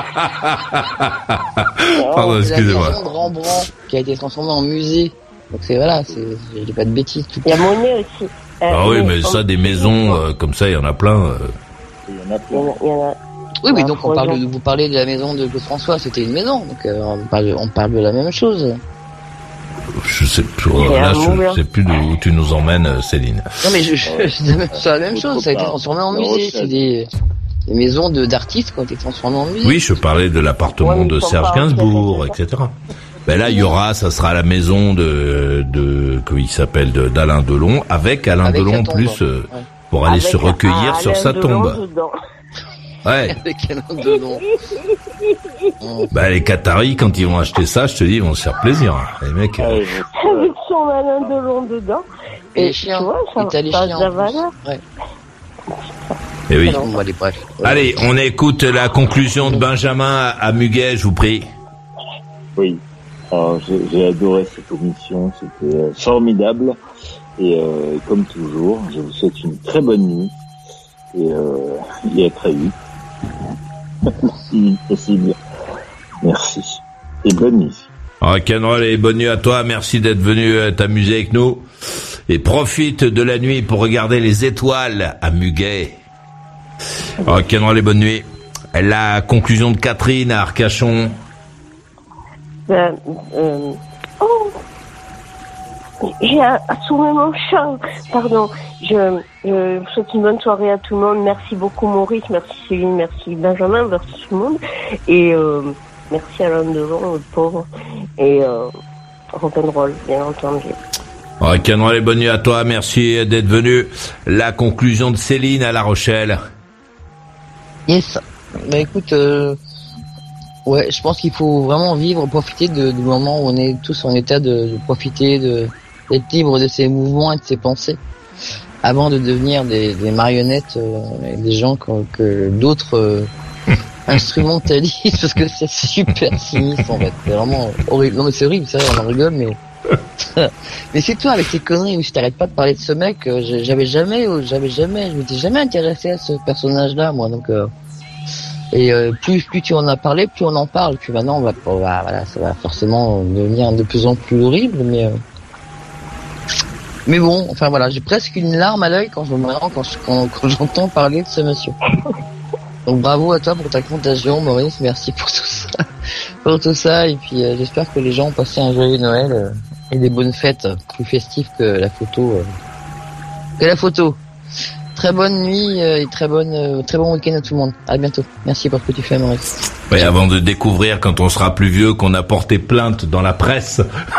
Pardon, excusez-moi. C'est la maison de Rembrandt qui a été transformée en musée. Donc c'est, voilà, c'est, je dis pas de bêtises. Tout il y a Monet aussi. Euh, ah oui, mais ça, des maisons euh, comme ça, il y en a plein. Euh... Il y en a plein. Il y en a... Oui, mais donc on parle de, vous parlez de la maison de Claude François, c'était une maison, donc euh, on parle, on parle de la même chose. Je sais plus, là, je sais plus d'où tu nous emmènes, Céline. Non, mais je, je, je c'est la même chose, ça a été transformé en musée, c'est des, des maisons de, d'artistes qui ont été transformées en musée. Oui, je parlais de l'appartement ouais, de Serge Gainsbourg, et cetera. Ben là, il y aura, ça sera la maison de, de, comment il s'appelle, de, d'Alain Delon, avec Alain avec Delon plus, euh, ouais. pour aller avec se recueillir Alain sur sa tombe. Ouais. Avec Alain Delon. Bah, les Qataris, quand ils vont acheter ça, je te dis, ils vont se faire plaisir. Les mecs. Euh... Avec son Alain Delon dedans. Et les chiens. Tu vois, ça, et t'as les ça chiens. De valeur. Ouais. Et oui. Alors, on va aller, bref. Allez, on écoute la conclusion de Benjamin à Muguet, je vous prie. Oui. Alors, j'ai, j'ai adoré cette émission, c'était euh, formidable. Et euh, comme toujours, je vous souhaite une très bonne nuit. Et, euh, et à très vite. Si possible. Merci. Et bonne nuit. Rock'n'roll et bonne nuit à toi. Merci d'être venu euh, t'amuser avec nous. Et profite de la nuit pour regarder les étoiles à Muguet. Rock'n'roll et bonne nuit. La conclusion de Catherine à Arcachon. Euh, euh, oh, j'ai assommé mon chat. Pardon. Je, je vous souhaite une bonne soirée à tout le monde. Merci beaucoup Maurice, merci Céline, merci Benjamin, merci tout le monde. Et euh, merci Alain Delon, le pauvre. Et euh, rock'n'roll, bien entendu. Rock'n'roll et bonne nuit à toi. Merci d'être venu. La conclusion de Céline à La Rochelle. Yes. Bah écoute... Euh... Ouais, je pense qu'il faut vraiment vivre, profiter de, du moment où on est tous en état de, de profiter, de, d'être libre de ses mouvements et de ses pensées, avant de devenir des, des marionnettes, euh, des gens que, que d'autres euh, instrumentalisent, parce que c'est super sinistre en fait, c'est vraiment horrible. Non mais c'est horrible, c'est vrai, on en rigole, mais mais c'est toi avec tes conneries où je t'arrête pas de parler de ce mec, euh, j'avais jamais, j'avais jamais, je m'étais jamais intéressé à ce personnage-là, moi, donc. Euh, Et euh, plus plus tu en as parlé, plus on en parle. Puis maintenant, on va, on va voilà, ça va forcément devenir de plus en plus horrible. Mais euh... mais bon, enfin voilà, j'ai presque une larme à l'œil quand je quand, quand, quand j'entends parler de ce monsieur. Donc bravo à toi pour ta contagion, Maurice. Merci pour tout ça, pour tout ça. Et puis euh, j'espère que les gens ont passé un joyeux Noël euh, et des bonnes fêtes, plus festives que la photo, euh, que la photo. Très bonne nuit et très bonne, euh, très bon week-end à tout le monde. À bientôt. Merci pour ce que tu fais, Maurice. Oui, avant de découvrir, quand on sera plus vieux, qu'on a porté plainte dans la presse.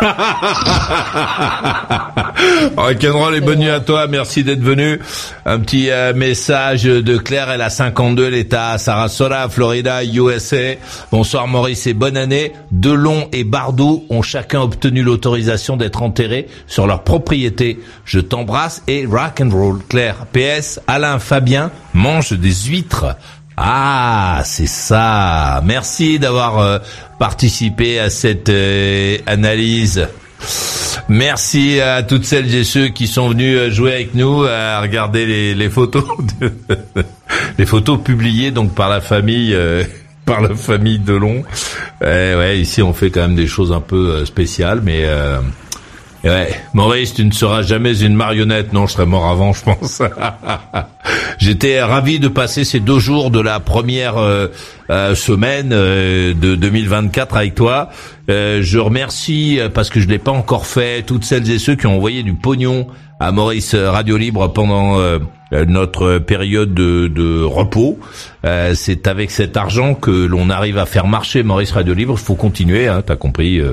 Rock'n'roll et bonne nuit à toi. Merci d'être venu. Un petit euh, message de Claire. Elle a cinquante-deux. Elle est à Sarasota, Florida, U S A. Bonsoir, Maurice, et bonne année. Delon et Bardot ont chacun obtenu l'autorisation d'être enterrés sur leur propriété. Je t'embrasse et rock'n'roll, Claire. P S. Alain Fabien mange des huîtres. Ah, c'est ça. Merci d'avoir euh, participé à cette euh, analyse. Merci à toutes celles et ceux qui sont venus jouer avec nous, à regarder les, les photos, de, les photos publiées donc par la famille, euh, par la famille Delon. Eh ouais, ici on fait quand même des choses un peu spéciales, mais. Euh, Ouais, Maurice, tu ne seras jamais une marionnette. Non, je serais mort avant, je pense. J'étais ravi de passer ces deux jours de la première euh, euh, semaine euh, de deux mille vingt-quatre avec toi. Euh, je remercie, parce que je l'ai pas encore fait, toutes celles et ceux qui ont envoyé du pognon à Maurice Radio Libre pendant euh, notre période de, de repos. Euh, c'est avec cet argent que l'on arrive à faire marcher Maurice Radio Libre. Il faut continuer, hein, t'as compris. Euh,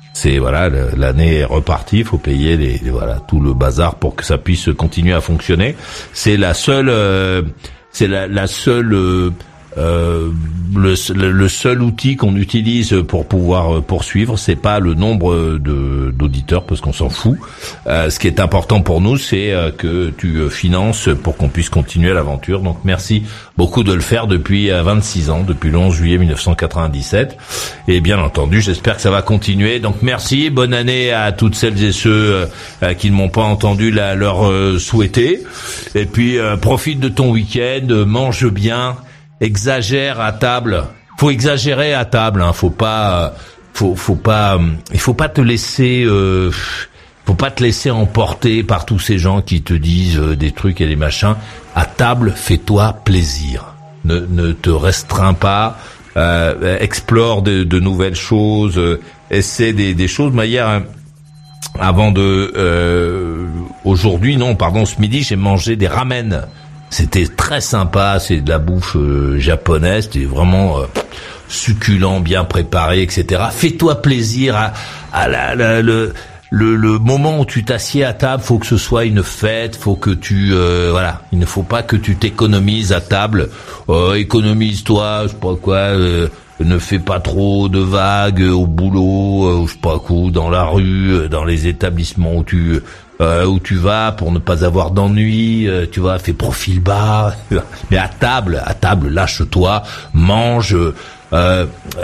C'est voilà, l'année est repartie, il faut payer les, les voilà tout le bazar pour que ça puisse continuer à fonctionner. C'est la seule, euh, c'est la, la seule, euh, euh, le, le seul outil qu'on utilise pour pouvoir poursuivre. C'est pas le nombre de d'auditeurs parce qu'on s'en fout. Euh, ce qui est important pour nous, c'est que tu finances pour qu'on puisse continuer l'aventure. Donc merci beaucoup de le faire depuis vingt-six ans, depuis le onze juillet mille neuf cent quatre-vingt-dix-sept. Et bien entendu, j'espère que ça va continuer. Donc merci, bonne année à toutes celles et ceux euh, qui ne m'ont pas entendu la, leur euh, souhaiter. Et puis euh, profite de ton week-end, mange bien, exagère à table. Faut exagérer à table, hein. Faut pas, faut, faut pas, il faut pas te laisser. Euh, Faut pas te laisser emporter par tous ces gens qui te disent euh, des trucs et des machins. À table, fais-toi plaisir. Ne, ne te restreins pas. Euh, explore de, de nouvelles choses. Euh, essaie des, des choses. Mais hier, hein, avant de, euh, aujourd'hui, non, pardon, ce midi, j'ai mangé des ramen. C'était très sympa. C'est de la bouffe euh, japonaise. C'était vraiment euh, succulent, bien préparé, et cetera. Fais-toi plaisir à, à la, la, le Le, le moment où tu t'assieds à table, faut que ce soit une fête, faut que tu euh, voilà, il ne faut pas que tu t'économises à table. Euh, économise-toi, je sais pas quoi, euh, ne fais pas trop de vagues au boulot, euh, je sais pas quoi, dans la rue, dans les établissements où tu euh, où tu vas pour ne pas avoir d'ennui, euh, tu vois, fais profil bas. Mais à table, à table, lâche-toi, mange. Euh,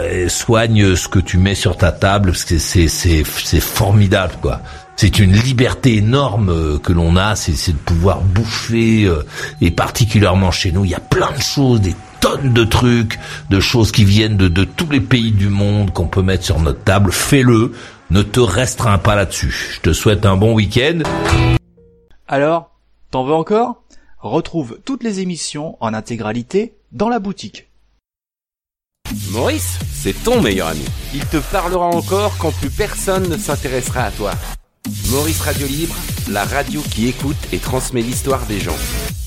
soigne ce que tu mets sur ta table parce que c'est c'est c'est formidable quoi. C'est une liberté énorme que l'on a, c'est c'est de pouvoir bouffer euh, et particulièrement chez nous, il y a plein de choses, des tonnes de trucs, de choses qui viennent de de tous les pays du monde qu'on peut mettre sur notre table. Fais-le, ne te restreins pas là-dessus. Je te souhaite un bon week-end. Alors, t'en veux encore ? Retrouve toutes les émissions en intégralité dans la boutique. Maurice, c'est ton meilleur ami. Il te parlera encore quand plus personne ne s'intéressera à toi. Maurice Radio Libre, la radio qui écoute et transmet l'histoire des gens.